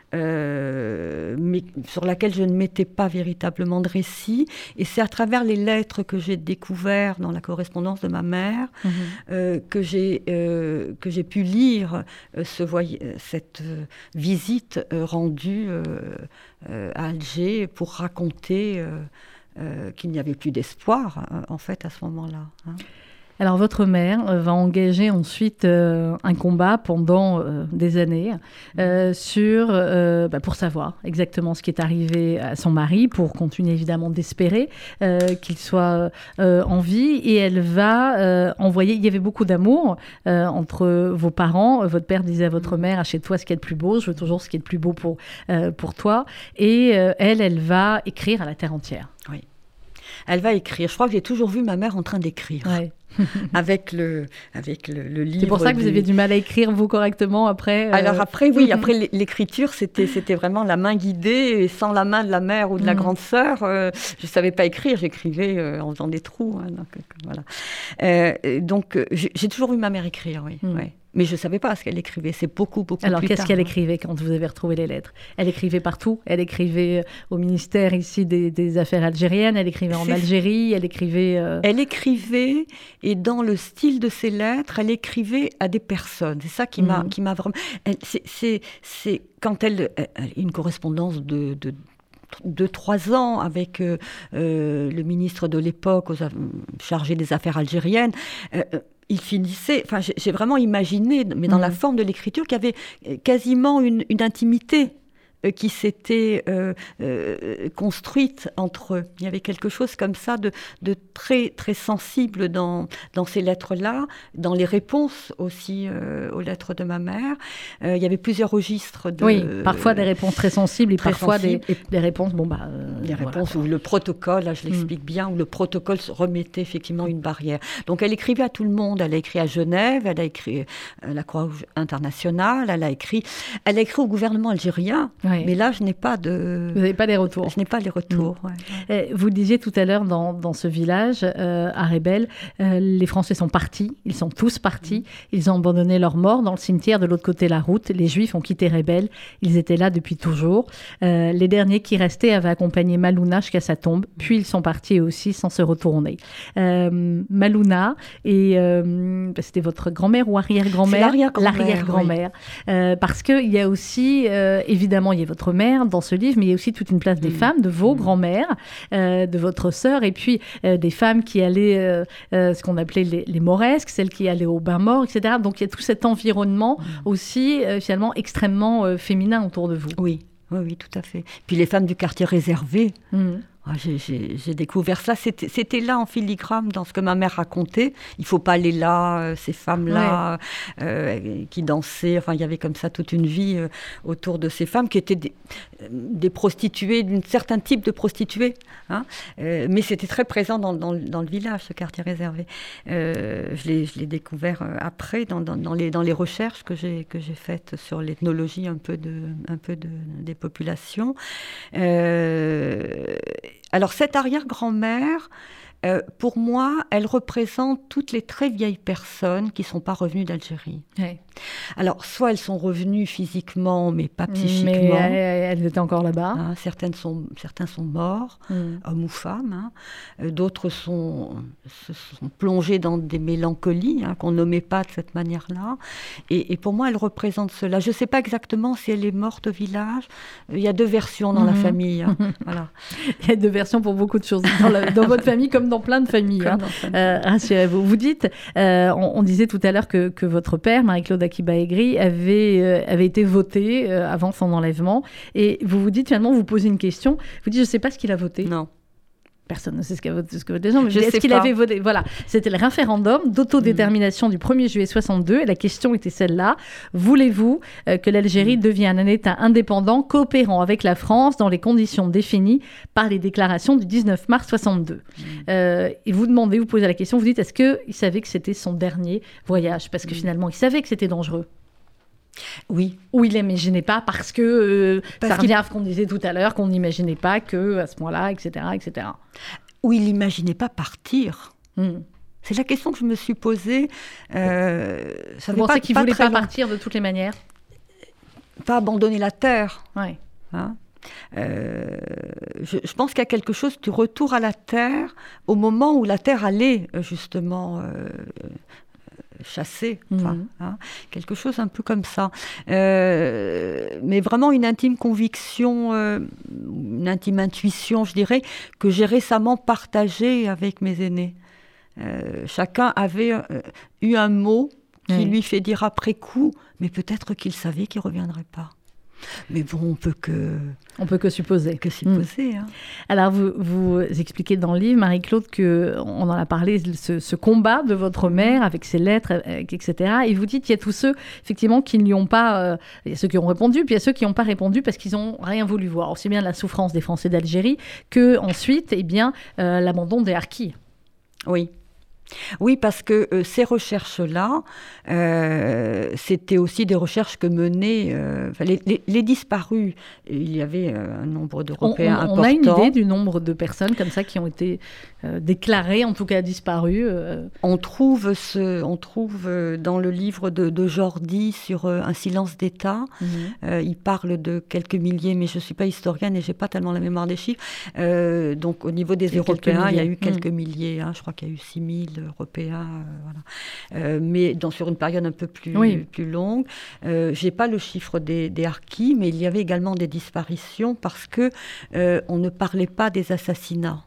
Euh, mais sur laquelle je ne mettais pas véritablement de récit. Et c'est à travers les lettres que j'ai découvert dans la correspondance de ma mère mmh. euh, que, j'ai, euh, que j'ai pu lire euh, ce voy- cette euh, visite euh, rendue euh, euh, à Alger pour raconter euh, euh, qu'il n'y avait plus d'espoir, euh, en fait, à ce moment-là. Hein. Alors, votre mère va engager ensuite euh, un combat pendant euh, des années euh, sur, euh, bah, pour savoir exactement ce qui est arrivé à son mari, pour continuer évidemment d'espérer euh, qu'il soit euh, en vie. Et elle va euh, envoyer... Il y avait beaucoup d'amour euh, entre vos parents. Votre père disait à votre mère, achète-toi ce qui est le plus beau, je veux toujours ce qui est le plus beau pour, euh, pour toi. Et euh, elle, elle va écrire à la terre entière. Oui. Elle va écrire. Je crois que j'ai toujours vu ma mère en train d'écrire. Ouais. avec le, avec le, le livre. C'est pour ça que du... vous aviez du mal à écrire, vous, correctement, après euh... Alors après, oui, après l'écriture, c'était, c'était vraiment la main guidée, et sans la main de la mère ou de la mmh. grande sœur, euh, je ne savais pas écrire, j'écrivais euh, en faisant des trous. Hein, donc, euh, voilà. euh, donc j'ai, j'ai toujours vu ma mère écrire, oui. Mmh. Ouais. Mais je ne savais pas ce qu'elle écrivait, c'est beaucoup, beaucoup Alors, plus tard. Alors, qu'est-ce qu'elle hein. écrivait quand vous avez retrouvé les lettres ? Elle écrivait partout, elle écrivait au ministère ici des, des Affaires algériennes, elle écrivait en c'est... Algérie, elle écrivait... Euh... Elle écrivait, et dans le style de ses lettres, elle écrivait à des personnes. C'est ça qui, mmh. m'a, qui m'a vraiment... Elle, c'est, c'est, c'est quand elle... elle une correspondance de... de de trois ans avec euh, euh, le ministre de l'époque, aux, chargé des affaires algériennes, euh, il finissait, enfin j'ai, j'ai vraiment imaginé, mais dans mmh. la forme de l'écriture, qu'il y avait quasiment une, une intimité euh, qui s'était euh, euh, construite entre eux. Il y avait quelque chose comme ça de, de très, très sensible dans, dans ces lettres-là, dans les réponses aussi euh, aux lettres de ma mère. Euh, il y avait plusieurs registres. De, oui, parfois des réponses très sensibles et très parfois sensibles. Des, des réponses, bon bah... Euh, des voilà, réponses quoi. Où le protocole, là je l'explique mmh. bien, où le protocole remettait effectivement une barrière. Donc elle écrivait à tout le monde, elle a écrit à Genève, elle a écrit à la Croix-Rouge internationale, elle a écrit, elle a écrit au gouvernement algérien. Oui. Mais là, je n'ai pas de... Vous n'avez pas les retours. Je n'ai pas les retours, mmh. ouais. Vous le disiez tout à l'heure, dans, dans ce village, euh, à Rébel, euh, les Français sont partis, ils sont tous partis, mmh. ils ont abandonné leurs morts dans le cimetière de l'autre côté de la route. Les Juifs ont quitté Rébel, ils étaient là depuis toujours. Euh, les derniers qui restaient avaient accompagné Malouna jusqu'à sa tombe, puis ils sont partis aussi sans se retourner. Euh, Malouna, et, euh, c'était votre grand-mère ou arrière-grand-mère ? C'est l'arrière-grand-mère. L'arrière-grand-mère. Oui. Euh, parce qu'il y a aussi, euh, évidemment, il il y a votre mère dans ce livre, mais il y a aussi toute une place des mmh. femmes, de vos mmh. grands-mères, euh, de votre sœur, et puis euh, des femmes qui allaient, euh, euh, ce qu'on appelait les, les mauresques, celles qui allaient au bain-mort, et cetera. Donc il y a tout cet environnement mmh. aussi, euh, finalement, extrêmement euh, féminin autour de vous. Oui, oui, oui, tout à fait. Puis les femmes du quartier réservé. Mmh. J'ai, j'ai, j'ai découvert ça, c'était, c'était là en filigrane dans ce que ma mère racontait. Il ne faut pas aller là, euh, ces femmes-là ouais. euh, qui dansaient. Enfin, il y avait comme ça toute une vie euh, autour de ces femmes qui étaient des, des prostituées, d'un certain type de prostituées. Hein, euh, mais c'était très présent dans, dans, dans le village, ce quartier réservé. Euh, je, l'ai, je l'ai découvert après dans, dans, dans, les, dans les recherches que j'ai, que j'ai faites sur l'ethnologie un peu, de, un peu de, des populations. Euh, Alors, cette arrière-grand-mère, euh, pour moi, elle représente toutes les très vieilles personnes qui ne sont pas revenues d'Algérie. Ouais. Alors, soit elles sont revenues physiquement, mais pas psychiquement. Mais euh, elles étaient encore là-bas. Hein, certaines sont, certains sont morts, mm. hommes ou femmes. Hein. Euh, d'autres sont, se sont plongés dans des mélancolies hein, qu'on nommait pas de cette manière-là. Et, et pour moi, elle représente cela. Je ne sais pas exactement si elle est morte au village. Il y a deux versions dans mm-hmm. la famille. Hein. Voilà. Il y a deux versions pour beaucoup de choses dans, la, dans votre famille, comme dans plein de familles. Hein. Euh, rassurez-vous. Vous dites, euh, on, on disait tout à l'heure que, que votre père, Marie-Claude Akiba Aigri, avait, euh, avait été voté euh, avant son enlèvement. Et vous vous dites, finalement, vous posez une question. Vous dites, je ne sais pas ce qu'il a voté. Non. Personne ne sait ce qu'a voté, ce que votent les gens, mais je est-ce sais qu'il pas. avait voté ? Voilà, c'était le référendum d'autodétermination mmh. du premier juillet soixante-deux, et la question était celle-là. Voulez-vous euh, que l'Algérie mmh. devienne un État indépendant, coopérant avec la France dans les conditions définies par les déclarations du dix-neuf mars soixante-deux mmh. euh, Et vous demandez, vous posez la question, vous dites, est-ce qu'il savait que c'était son dernier voyage ? Parce que mmh. finalement, il savait que c'était dangereux. Oui. Ou il n'imaginait pas parce que euh, parce ça revient à ce qu'on disait tout à l'heure, qu'on n'imaginait pas qu'à ce moment-là, et cetera, et cetera. Ou il n'imaginait pas partir. Mm. C'est la question que je me suis posée. Euh, ça Vous pensez qu'il ne voulait pas long. partir de toutes les manières ? Pas abandonner la terre. Oui. Hein Euh, je, je pense qu'il y a quelque chose du retour à la terre au moment où la terre allait justement euh, chasser, enfin, mmh. hein, quelque chose un peu comme ça. Euh, mais vraiment une intime conviction, euh, une intime intuition, je dirais, que j'ai récemment partagée avec mes aînés. Euh, chacun avait euh, eu un mot qui mmh. lui fait dire après coup, mais peut-être qu'il savait qu'il ne reviendrait pas. Mais bon, on peut que... On peut que supposer. Que supposer. Mmh. Hein. Alors, vous, vous expliquez dans le livre, Marie-Claude, qu'on en a parlé, ce, ce combat de votre mère avec ses lettres, et cetera. Et vous dites qu'il y a tous ceux, effectivement, qui n'y ont pas... Euh, il y a ceux qui ont répondu, puis il y a ceux qui n'ont pas répondu parce qu'ils n'ont rien voulu voir. Aussi bien la souffrance des Français d'Algérie qu'ensuite, eh bien, euh, l'abandon des harkis. Oui. Oui, parce que euh, ces recherches-là, euh, c'était aussi des recherches que menaient euh, les, les, les disparus. Il y avait euh, un nombre d'Européens on, on, important. On a une idée du nombre de personnes comme ça qui ont été euh, déclarées, en tout cas disparues. Euh... On trouve, ce, on trouve euh, dans le livre de, de Jordi sur euh, un silence d'État, mmh. euh, il parle de quelques milliers, mais je ne suis pas historienne et je n'ai pas tellement la mémoire des chiffres. Euh, donc au niveau des Européens, il y a eu quelques mmh. milliers, hein, je crois qu'il y a eu six mille européens, euh, voilà. euh, mais dans, sur une période un peu plus, oui. plus longue. Euh, je n'ai pas le chiffre des, des harkis, mais il y avait également des disparitions parce qu'on euh, ne parlait pas des assassinats.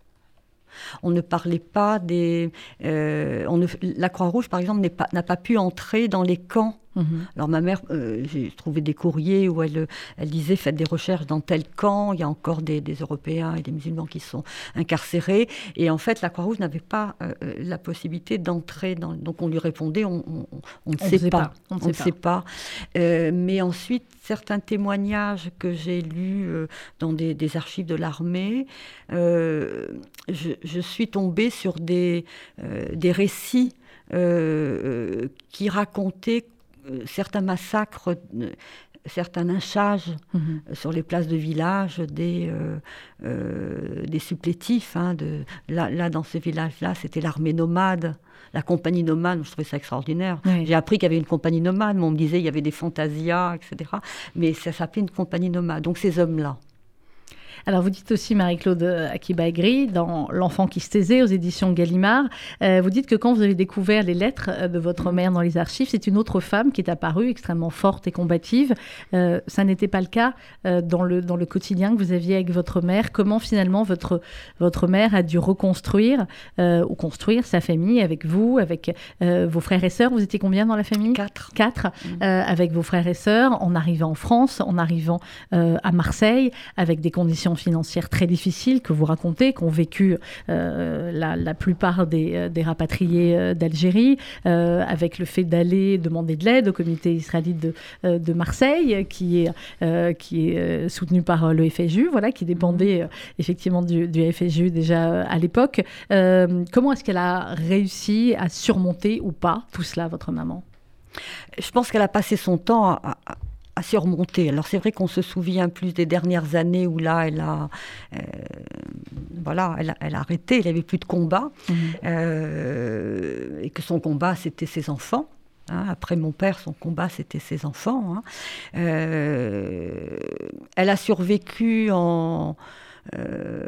On ne parlait pas des... Euh, on ne, la Croix-Rouge, par exemple, n'est pas, n'a pas pu entrer dans les camps. Mmh. Alors ma mère, euh, j'ai trouvé des courriers où elle, elle disait faites des recherches dans tel camp, il y a encore des, des Européens et des musulmans qui sont incarcérés, et en fait la Croix-Rouge n'avait pas euh, la possibilité d'entrer dans... Donc on lui répondait on, on, on, on ne sait, sait pas, pas, on ne sait, sait pas, pas. Euh, mais ensuite certains témoignages que j'ai lus euh, dans des, des archives de l'armée, euh, je, je suis tombée sur des, euh, des récits euh, qui racontaient certains massacres, certains lynchages mmh. sur les places de village, des, euh, euh, des supplétifs. Hein, de, là, là, dans ce village-là, c'était l'armée nomade, la compagnie nomade. Je trouvais ça extraordinaire. Oui. J'ai appris qu'il y avait une compagnie nomade, mais on me disait qu'il y avait des fantasias, et cetera. Mais ça s'appelait une compagnie nomade. Donc ces hommes-là. Alors, vous dites aussi, Marie-Claude Akiba-Egri, dans L'enfant qui se taisait, aux éditions Gallimard, euh, vous dites que quand vous avez découvert les lettres de votre mère dans les archives, c'est une autre femme qui est apparue, extrêmement forte et combative. Euh, ça n'était pas le cas euh, dans, le, dans le quotidien que vous aviez avec votre mère. Comment, finalement, votre, votre mère a dû reconstruire euh, ou construire sa famille avec vous, avec euh, vos frères et sœurs? Vous étiez combien dans la famille? Quatre. Quatre, mmh. euh, avec vos frères et sœurs, en arrivant en France, en arrivant euh, à Marseille, avec des conditions financières très difficiles que vous racontez, qu'ont vécu euh, la, la plupart des, des rapatriés euh, d'Algérie, euh, avec le fait d'aller demander de l'aide au comité israélite de, euh, de Marseille, qui est, euh, qui est euh, soutenu par le F S J U, voilà, qui dépendait euh, effectivement du, du F S J U déjà euh, à l'époque. Euh, comment est-ce qu'elle a réussi à surmonter ou pas tout cela, votre maman? Je pense qu'elle a passé son temps à, à, à surmonter. Alors c'est vrai qu'on se souvient plus des dernières années où là, elle a, euh, voilà, elle a, elle a arrêté, il n'y avait plus de combat, mmh. euh, et que son combat, c'était ses enfants. Hein, après mon père, son combat, c'était ses enfants. Hein. Euh, elle a survécu en... Euh,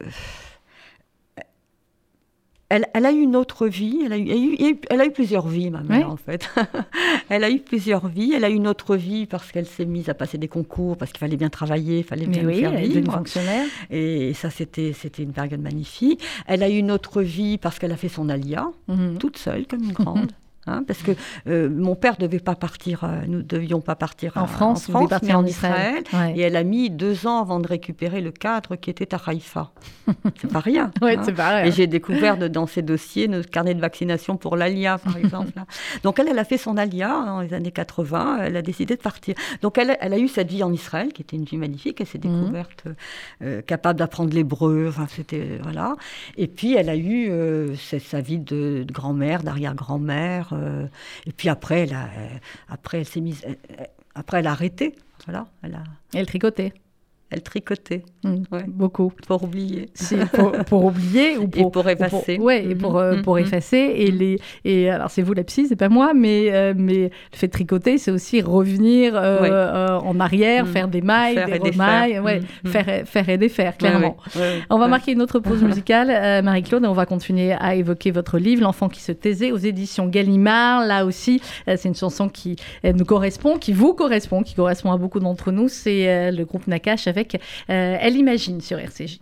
Elle, elle a eu une autre vie, elle a eu, elle a eu, elle a eu plusieurs vies, ma mère, oui. en fait. Elle a eu plusieurs vies, elle a eu une autre vie parce qu'elle s'est mise à passer des concours, parce qu'il fallait bien travailler, il fallait bien oui, faire elle vivre. Fonctionnaire. Et ça, c'était, c'était une période magnifique. Elle a eu une autre vie parce qu'elle a fait son alia, mm-hmm. toute seule, comme une grande. Hein, parce que euh, mon père devait pas partir, euh, nous devions pas partir en à, France, en France mais en Israël. Israël. Ouais. Et elle a mis deux ans avant de récupérer le cadre qui était à Haïfa. C'est pas rien. Ouais, hein. c'est pas rien. Et j'ai découvert de, dans ces dossiers notre carnet de vaccination pour l'Alia, par exemple. Là. Donc elle, elle a fait son Alia dans les années quatre-vingts. Elle a décidé de partir. Donc elle, elle a eu cette vie en Israël, qui était une vie magnifique. Elle s'est découverte mmh. euh, capable d'apprendre l'hébreu. Enfin, c'était voilà. Et puis elle a eu euh, sa vie de, de grand-mère, d'arrière-grand-mère. Euh, et puis après, elle a, euh, après, elle s'est mise, euh, après, elle a arrêté. Voilà, elle a. Elle tricotait. Elle tricotait. Mmh, ouais. Beaucoup. Pour oublier. Si, pour, pour oublier ou pour, et pour effacer. Oui, mmh. et pour, euh, pour mmh. effacer. Et, les, et alors, c'est vous la psy, c'est pas moi, mais, euh, mais le fait de tricoter, c'est aussi revenir euh, ouais. euh, en arrière, mmh. faire des mailles, faire des remailles, ouais, mmh. faire, faire et défaire, clairement. Ouais, ouais. Ouais, on va ouais. marquer une autre pause musicale, euh, Marie-Claude, et on va continuer à évoquer votre livre, L'enfant qui se taisait, aux éditions Gallimard. Là aussi, euh, c'est une chanson qui euh, nous correspond, qui vous correspond, qui correspond à beaucoup d'entre nous. C'est euh, le groupe Nakash avec Euh, Elle imagine sur R C J.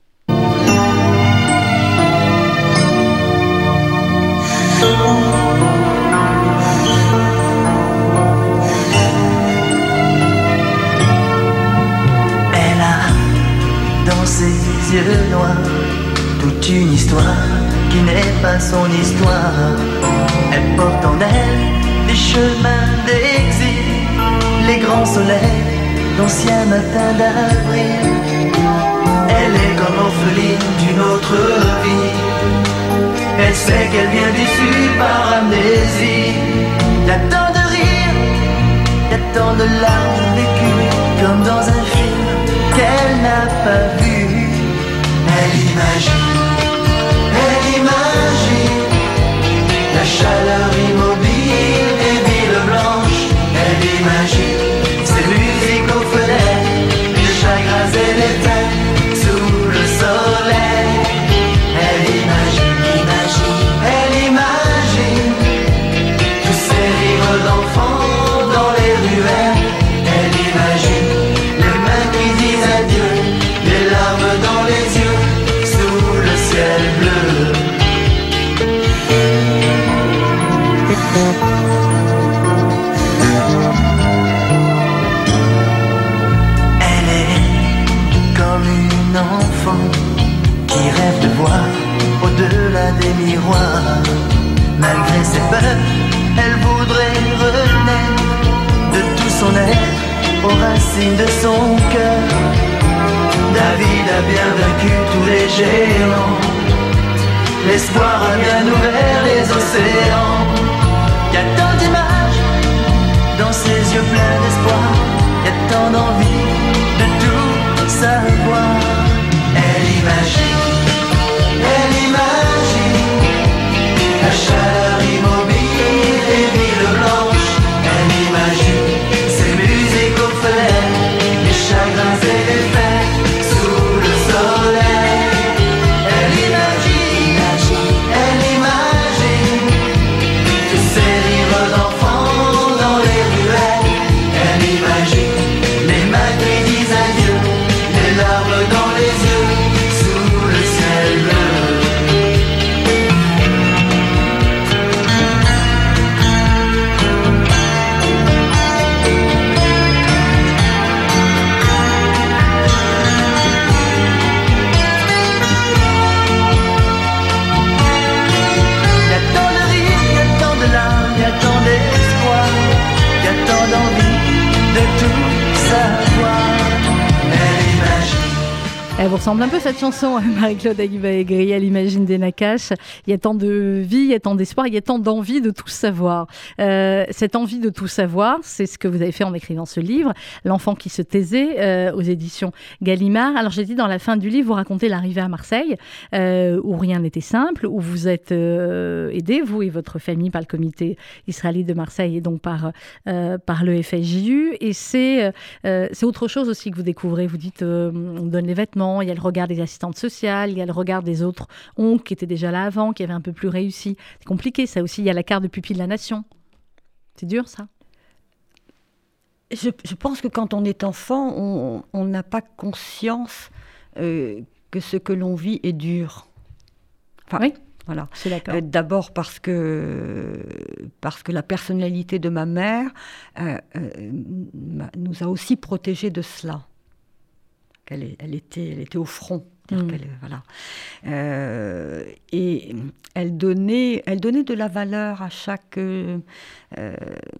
Elle a dans ses yeux noirs toute une histoire qui n'est pas son histoire. Elle porte en elle les chemins d'exil, les grands soleils d'anciens matins d'avril. Elle est comme orpheline d'une autre vie. Elle sait qu'elle vient d'issue par amnésie. Y'a tant de rires, y'a tant de larmes vécues, comme dans un film qu'elle n'a pas vu. Elle imagine, elle imagine la chaleur immobile des villes blanches. Elle imagine ces musiques aux fenêtres, les chagrins et les fêtes sous le soleil. Elle imagine, imagine, elle imagine tous ces rires d'enfants dans les ruelles. Elle imagine les mains qui disent adieu, les larmes dans les yeux sous le ciel bleu. Un enfant qui rêve de voir au-delà des miroirs. Malgré ses peurs, elle voudrait renaître de tout son être aux racines de son cœur. David a bien vaincu tous les géants. L'espoir a bien ouvert les océans. Y a tant d'images dans ses yeux pleins d'espoir. Y a tant d'envie de tout savoir. Elle imagine, elle imagine la chaleur immobile des villes blanches. Elle imagine ces musiques aux fenêtres, les chagrins et les fêtes sous Elle vous ressemble un peu cette chanson, Marie-Claude Akiba-Aigri, elle imagine des Nakache. Il y a tant de vie, il y a tant d'espoir, il y a tant d'envie de tout savoir. Euh, cette envie de tout savoir, c'est ce que vous avez fait en écrivant ce livre, L'enfant qui se taisait, euh, aux éditions Gallimard. Alors j'ai dit, dans la fin du livre, vous racontez l'arrivée à Marseille, euh, où rien n'était simple, où vous êtes euh, aidé, vous et votre famille, par le comité israélite de Marseille et donc par, euh, par le F S J U. Et c'est, euh, c'est autre chose aussi que vous découvrez. Vous dites, euh, on donne les vêtements, il y a le regard des assistantes sociales, il y a le regard des autres oncles qui étaient déjà là avant, qui avaient un peu plus réussi. C'est compliqué, ça aussi. Il y a la carte de pupille de la nation. C'est dur, ça. Je, je pense que quand on est enfant, on n'a pas conscience euh, que ce que l'on vit est dur. Enfin, oui, voilà. Je suis d'accord. Euh, d'abord parce que, parce que la personnalité de ma mère euh, euh, nous a aussi protégés de cela. Elle, est, elle, était, elle était au front. Mmh. Qu'elle, voilà. euh, et elle donnait, elle donnait de la valeur à chaque... Euh, euh,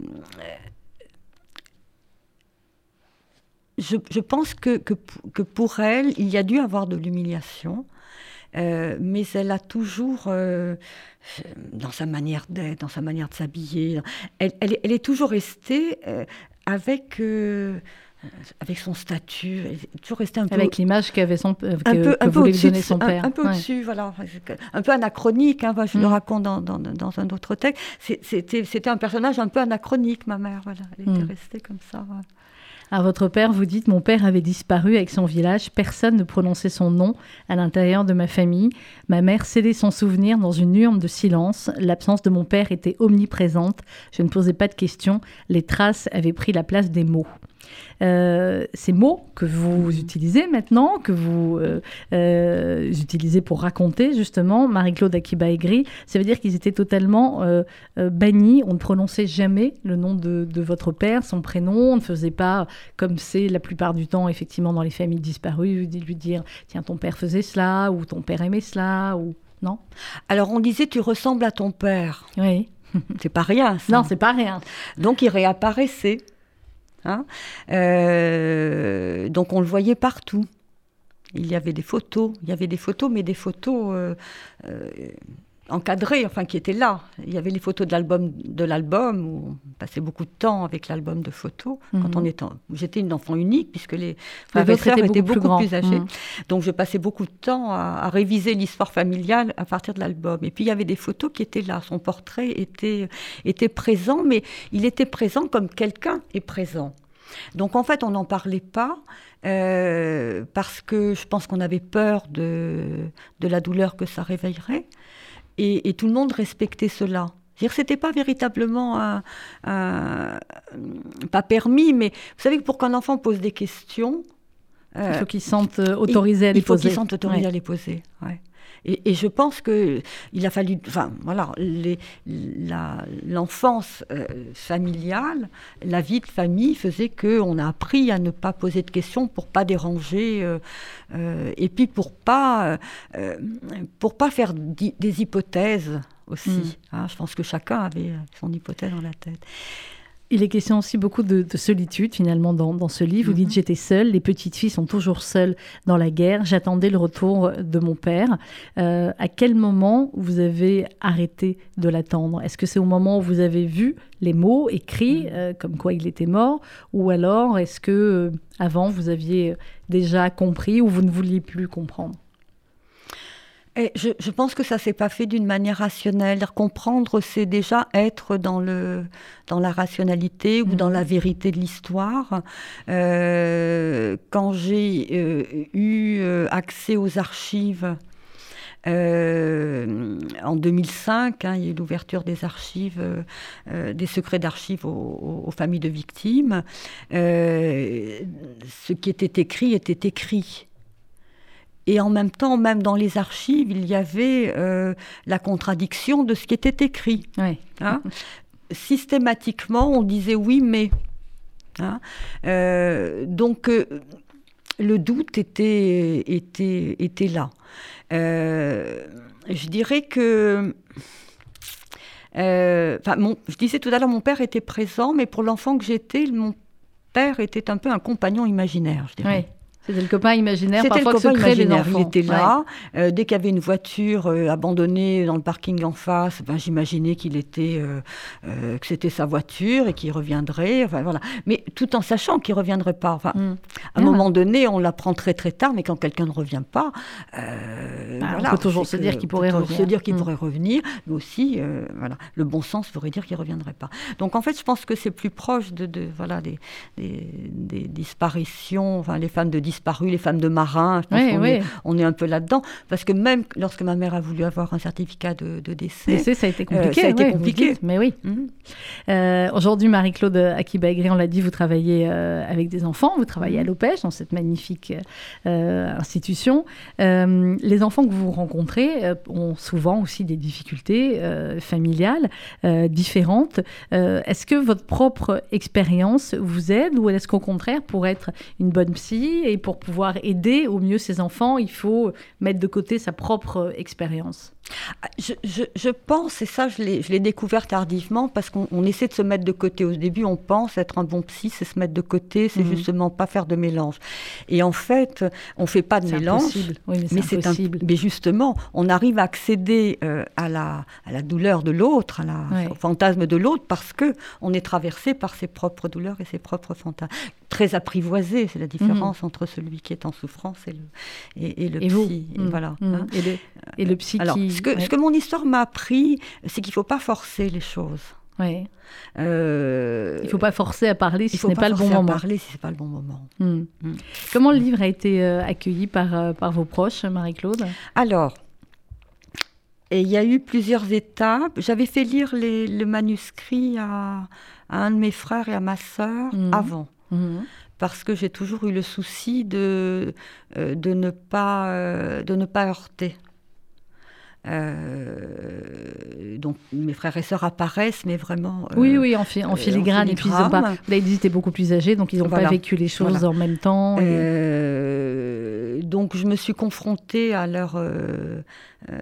je, je pense que, que, que pour elle, il y a dû avoir de l'humiliation, euh, mais elle a toujours, euh, dans sa manière d'être, dans sa manière de s'habiller, elle, elle, elle est toujours restée euh, avec... Euh, avec son statut, elle est toujours restée un peu... Avec l'image qu'avait son, euh, que, un peu, que un peu voulait lui donner son un, père. Un peu ouais. au-dessus, voilà. Un peu anachronique, hein, je mmh. le raconte dans, dans, dans un autre texte. C'était, c'était un personnage un peu anachronique, ma mère, voilà. Elle était mmh. restée comme ça, voilà. À votre père, vous dites, mon père avait disparu avec son village, personne ne prononçait son nom à l'intérieur de ma famille. Ma mère scellait son souvenir dans une urne de silence. L'absence de mon père était omniprésente. Je ne posais pas de questions. Les traces avaient pris la place des mots. Euh, ces mots que vous utilisez maintenant, que vous euh, euh, utilisez pour raconter justement Marie-Claude Akiba-Aigri, ça veut dire qu'ils étaient totalement euh, euh, bannis. On ne prononçait jamais le nom de, de votre père, son prénom. On ne faisait pas, comme c'est la plupart du temps effectivement dans les familles disparues, lui dire tiens, ton père faisait cela ou ton père aimait cela, ou non. Alors on disait tu ressembles à ton père. Oui. C'est pas rien ça. Non, c'est pas rien. Donc il réapparaissait. Hein euh, donc on le voyait partout. Il y avait des photos, il y avait des photos, mais des photos euh, euh, encadrées, enfin qui étaient là. Il y avait les photos de l'album, de l'album où on passait beaucoup de temps avec l'album de photos. Mm-hmm. Quand on était, j'étais une enfant unique puisque les frères et sœurs étaient beaucoup, beaucoup plus, plus âgés. Mm-hmm. Donc je passais beaucoup de temps à, à réviser l'histoire familiale à partir de l'album. Et puis il y avait des photos qui étaient là. Son portrait était était présent, mais il était présent comme quelqu'un est présent. Donc en fait, on n'en parlait pas euh, parce que je pense qu'on avait peur de, de la douleur que ça réveillerait. Et, et tout le monde respectait cela. C'est-à-dire que ce n'était pas véritablement un, un, pas permis, mais vous savez que pour qu'un enfant pose des questions... Euh, il faut qu'il se sente autorisé à les il faut poser. qu'il se sente autorisé ouais. à les poser, ouais. Et, et je pense qu'il a fallu... Enfin, voilà, les, la, l'enfance euh, familiale, la vie de famille faisait qu'on a appris à ne pas poser de questions pour ne pas déranger euh, euh, et puis pour ne pas, euh, pour pas faire di- des hypothèses aussi. Mmh. Hein, je pense que chacun avait son hypothèse dans la tête. Il est question aussi beaucoup de, de solitude, finalement, dans, dans ce livre. Vous mm-hmm. dites « J'étais seule, les petites filles sont toujours seules dans la guerre. J'attendais le retour de mon père. Euh, » À quel moment vous avez arrêté de l'attendre ? Est-ce que c'est au moment où vous avez vu les mots écrits, mm-hmm. euh, comme quoi il était mort ? Ou alors, est-ce que euh, avant vous aviez déjà compris ou vous ne vouliez plus comprendre ? Et je, je pense que ça ne s'est pas fait d'une manière rationnelle. Comprendre, c'est déjà être dans, le, dans la rationalité ou mmh. dans la vérité de l'histoire. Euh, quand j'ai euh, eu euh, accès aux archives euh, en deux mille cinq, hein, il y a eu l'ouverture des archives, euh, des secrets d'archives aux, aux familles de victimes, euh, ce qui était écrit était écrit. Et en même temps, même dans les archives, il y avait euh, la contradiction de ce qui était écrit. Oui. Hein ? Systématiquement, on disait oui, mais. Hein ? Euh, donc, euh, le doute était, était, était là. Euh, je dirais que... Euh, mon, je disais tout à l'heure, mon père était présent, mais pour l'enfant que j'étais, mon père était un peu un compagnon imaginaire, je dirais. Oui. C'était le copain imaginaire, C'était parfois le copain que se créent les imaginaire. enfants. Il était là. Ouais. Euh, dès qu'il y avait une voiture euh, abandonnée dans le parking en face, ben, j'imaginais qu'il était, euh, euh, que c'était sa voiture et qu'il reviendrait. Enfin, voilà. Mais tout en sachant qu'il ne reviendrait pas. Enfin, Mm. à un Ah. moment donné, on l'apprend très très tard, mais quand quelqu'un ne revient pas, euh, Ah, on voilà, peut toujours c'est se que- dire qu'il pourrait on peut toujours revenir. se dire qu'il Mm. pourrait revenir, mais aussi, euh, voilà, le bon sens voudrait dire qu'il ne reviendrait pas. Donc en fait, je pense que c'est plus proche de, de voilà, des, des, des disparitions, enfin, les femmes de disparus, les femmes de marins. Je pense Oui, qu'on oui. est, on est un peu là-dedans, parce que même lorsque ma mère a voulu avoir un certificat de, de décès, Décès, ça a été compliqué. euh, ça a été ouais, vous compliqué. dites, mais oui. Mhm. Euh, Aujourd'hui, Marie-Claude Akiba-Aigri, on l'a dit, vous travaillez euh, avec des enfants, vous travaillez à l'Opèche, dans cette magnifique euh, institution. Euh, les enfants que vous rencontrez euh, ont souvent aussi des difficultés euh, familiales euh, différentes. Euh, est-ce que votre propre expérience vous aide, ou est-ce qu'au contraire, pour être une bonne psy et pour pouvoir aider au mieux ces enfants, il faut mettre de côté sa propre expérience ? Je, je, je pense, et ça je l'ai, je l'ai découvert tardivement, parce qu'on on essaie de se mettre de côté. Au début, on pense être un bon psy, c'est se mettre de côté, c'est Mhm. justement pas faire de mélange. Et en fait, on fait pas de C'est mélange. impossible. Oui, mais c'est Mais, c'est un- impossible. mais justement, on arrive à accéder euh, à, la, à la douleur de l'autre, à la, Ouais. au fantasme de l'autre, parce que on est traversé par ses propres douleurs et ses propres fantasmes. Très apprivoisé, c'est la différence entre celui qui est en souffrance et le, et, et le Et vous psy. Et Mm. voilà. Mm. hein. Et, le, et le psy Alors, qui... ce que, ouais. ce que mon histoire m'a appris, c'est qu'il ne faut pas forcer les choses. Ouais. Euh, Il ne faut pas forcer à parler si il ce faut n'est pas, le bon forcer à moment. parler si ce n'est pas le bon moment. Mm. Mm. Comment le livre a été euh, accueilli par, euh, par vos proches, Marie-Claude ? Alors, et il y a eu plusieurs étapes. J'avais fait lire les, le manuscrit à, à un de mes frères et à ma sœur Mhm. avant. Mhm. Parce que j'ai toujours eu le souci de, euh, de, ne, pas, euh, de ne pas heurter. Euh, donc mes frères et sœurs apparaissent, mais vraiment... euh, Oui, oui, en, fi- en euh, filigrane. en Et puis, ils ont pas... filigrane. Vous l'avez dit, ils étaient beaucoup plus âgés, donc ils n'ont Voilà. pas vécu les choses Voilà. en même temps. et- Euh, donc je me suis confrontée à leur, euh, euh,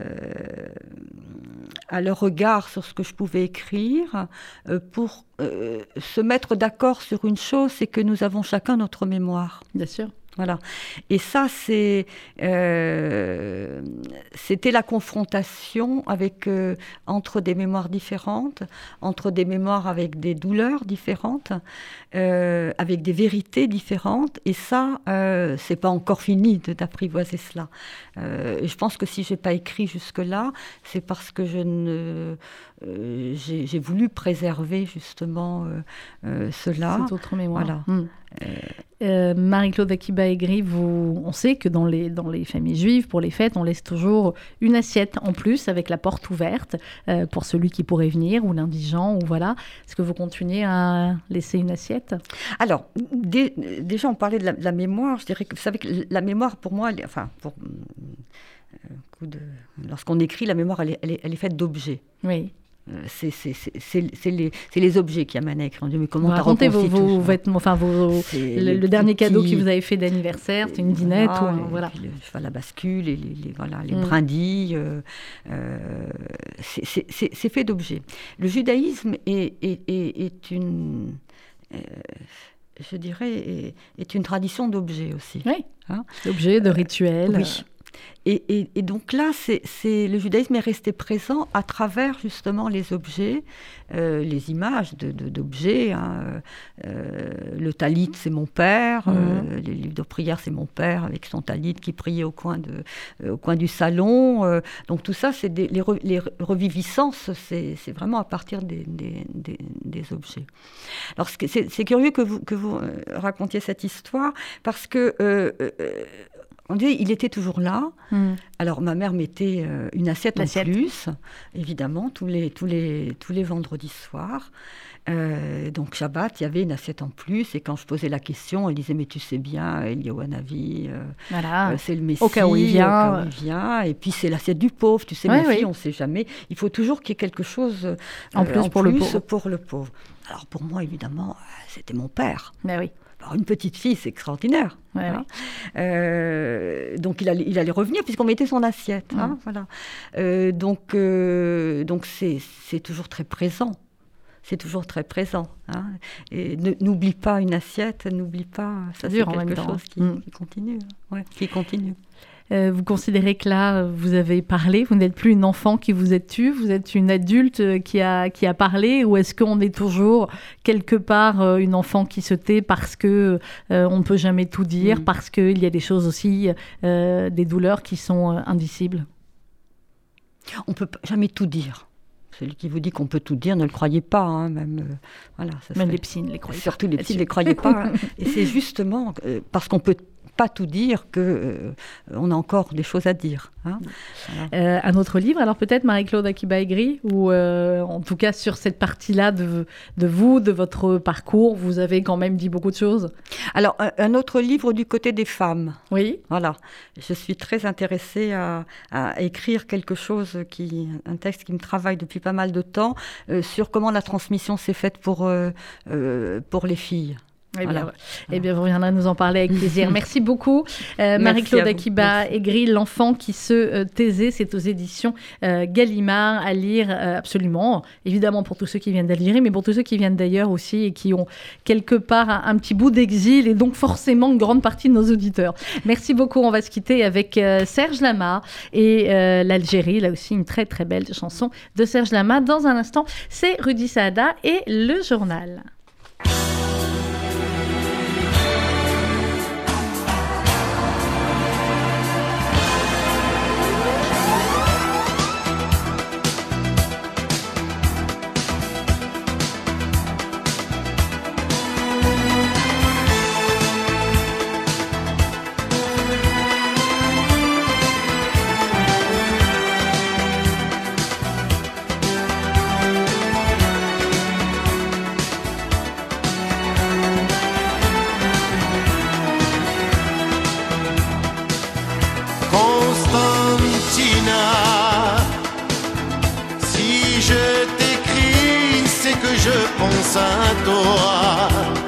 à leur regard sur ce que je pouvais écrire euh, pour euh, se mettre d'accord sur une chose, c'est que nous avons chacun notre mémoire. Bien sûr. Voilà. Et ça, c'est, euh, c'était la confrontation avec, euh, entre des mémoires différentes, entre des mémoires avec des douleurs différentes, euh, avec des vérités différentes. Et ça, euh, c'est pas encore fini de, d'apprivoiser cela. Euh, et je pense que si j'ai pas écrit jusque-là, c'est parce que je ne, euh, j'ai, j'ai voulu préserver justement euh, euh, cela. Cette autre mémoire. Voilà. Mm. Euh, Marie-Claude Akiba-Aigri, vous... on sait que dans les, dans les familles juives, pour les fêtes, on laisse toujours une assiette en plus avec la porte ouverte euh, pour celui qui pourrait venir, ou l'indigent, ou voilà. Est-ce que vous continuez à laisser une assiette ? Alors, dé- déjà, on parlait de la, de la mémoire. Je dirais que, vous savez que la mémoire, pour moi, elle est- enfin, pour, euh, coup de, lorsqu'on écrit, la mémoire, elle est, elle est, elle est faite d'objets. Oui. Euh, C'est, c'est, c'est, c'est, c'est, les, c'est les objets qui amènent à écrire. On dit, mais comment Vous t'as racontez vos, reconstitué vos tout ça vêtements, enfin vos, C'est le, les le dernier petits- cadeau qui vous avez fait d'anniversaire, c'est une dinette ou un- et voilà. puis le cheval à bascule, et les, les, voilà, les Mm. brindilles. euh, euh, c'est, c'est, c'est, c'est fait d'objets. Le judaïsme est, est, est, est une... euh, je dirais, est, est une tradition d'objets aussi. Oui. Hein L'objet de rituel. Oui. Et, et, et donc là, c'est, c'est, le judaïsme est resté présent à travers justement les objets, euh, les images de, de, d'objets. Hein. Euh, le talit, c'est mon père. Mmh. Euh, les livres de prière, c'est mon père avec son talit qui priait au coin, de, euh, au coin du salon. Euh, donc tout ça, c'est des, les, re, les reviviscences, c'est, c'est vraiment à partir des, des, des, des objets. Alors c'est, c'est curieux que vous, que vous racontiez cette histoire parce que... Euh, euh, on dit, il était toujours là. Mm. Alors, ma mère mettait euh, une assiette, L'assiette. en plus, évidemment, tous les, tous les, tous les vendredis soirs. Euh, donc, Shabbat, il y avait une assiette en plus. Et quand je posais la question, elle disait, mais tu sais bien, Eliyahu Hanavi, euh, Voilà. euh, c'est le Messie. Au cas où il vient. Au cas où il vient. Et puis, c'est l'assiette du pauvre. Tu sais, Ouais, ma oui. fille, on ne sait jamais. Il faut toujours qu'il y ait quelque chose euh, En plus pour le pauvre. pour le pauvre. Alors, pour moi, évidemment, c'était mon père. Mais oui. Alors, une petite fille, c'est extraordinaire. Ouais, Voilà. ouais. Euh, donc il allait, il allait revenir puisqu'on mettait son assiette. Hein, Mm. voilà. Euh, donc euh, donc c'est, c'est toujours très présent. c'est toujours très présent. Hein. Et ne, n'oublie pas une assiette, n'oublie pas, ça c'est, c'est quelque chose qui, mmh. qui continue. Ouais, qui continue. Euh, vous considérez que là, vous avez parlé, vous n'êtes plus une enfant qui vous êtes tue, vous êtes une adulte qui a, qui a parlé, ou est-ce qu'on est toujours quelque part euh, une enfant qui se tait parce que euh, on ne peut jamais tout dire, mmh. parce qu'il y a des choses aussi, euh, des douleurs qui sont euh, indicibles? On ne peut jamais tout dire. Celui qui vous dit qu'on peut tout dire, ne le croyez pas. Hein, même euh, voilà, ça même serait... les psys ne les croyaient pas. Surtout les psys ne les croyaient pas. Hein. Et c'est justement euh, parce qu'on peut pas tout dire qu'on euh, a encore des choses à dire. Hein. Voilà. Euh, un autre livre, alors peut-être Marie-Claude Akiba-Aigri, ou euh, en tout cas sur cette partie-là de, de vous, de votre parcours, vous avez quand même dit beaucoup de choses. Alors, un, un autre livre du côté des femmes. Oui. Voilà. Je suis très intéressée à, à écrire quelque chose, qui, un texte qui me travaille depuis pas mal de temps, euh, sur comment la transmission s'est faite pour, euh, euh, pour les filles. Eh bien, voilà. eh bien, vous reviendrez nous en parler avec plaisir. Merci beaucoup. Euh, Marie-Claude Akiba-Aigri, L'enfant qui se euh, taisait, c'est aux éditions euh, Gallimard, à lire euh, absolument, évidemment pour tous ceux qui viennent d'Algérie, mais pour tous ceux qui viennent d'ailleurs aussi et qui ont quelque part un, un petit bout d'exil et donc forcément une grande partie de nos auditeurs. Merci beaucoup. On va se quitter avec euh, Serge Lama et euh, l'Algérie, là aussi une très très belle chanson de Serge Lama. Dans un instant, c'est Rudy Saada et le journal. À toi,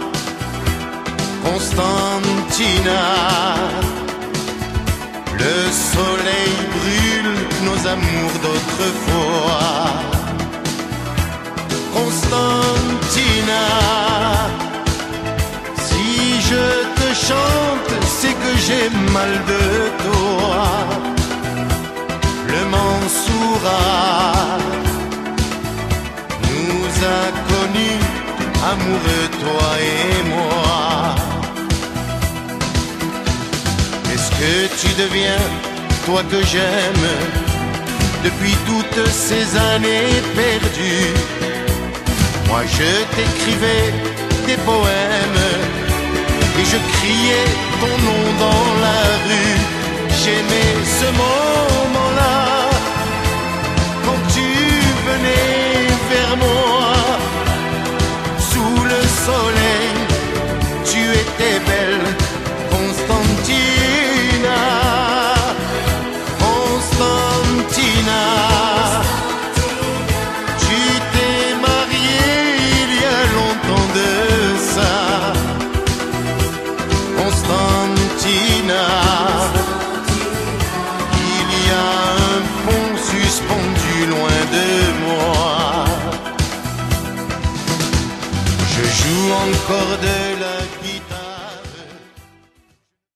Constantina, le soleil brûle nos amours d'autrefois. Constantina, si je te chante, c'est que j'ai mal de toi. Le Mansoura nous a connus, amoureux, toi et moi. Qu'est-ce que tu deviens, toi que j'aime, depuis toutes ces années perdues? Moi je t'écrivais des poèmes et je criais ton nom dans la rue. J'aimais ce moment-là, quand tu venais vers moi. Sous le soleil, tu étais belle, Constantina, Constantina. Tu t'es mariée il y a longtemps de ça, Constantina. Il y a un pont suspendu loin de moi. Je joue encore de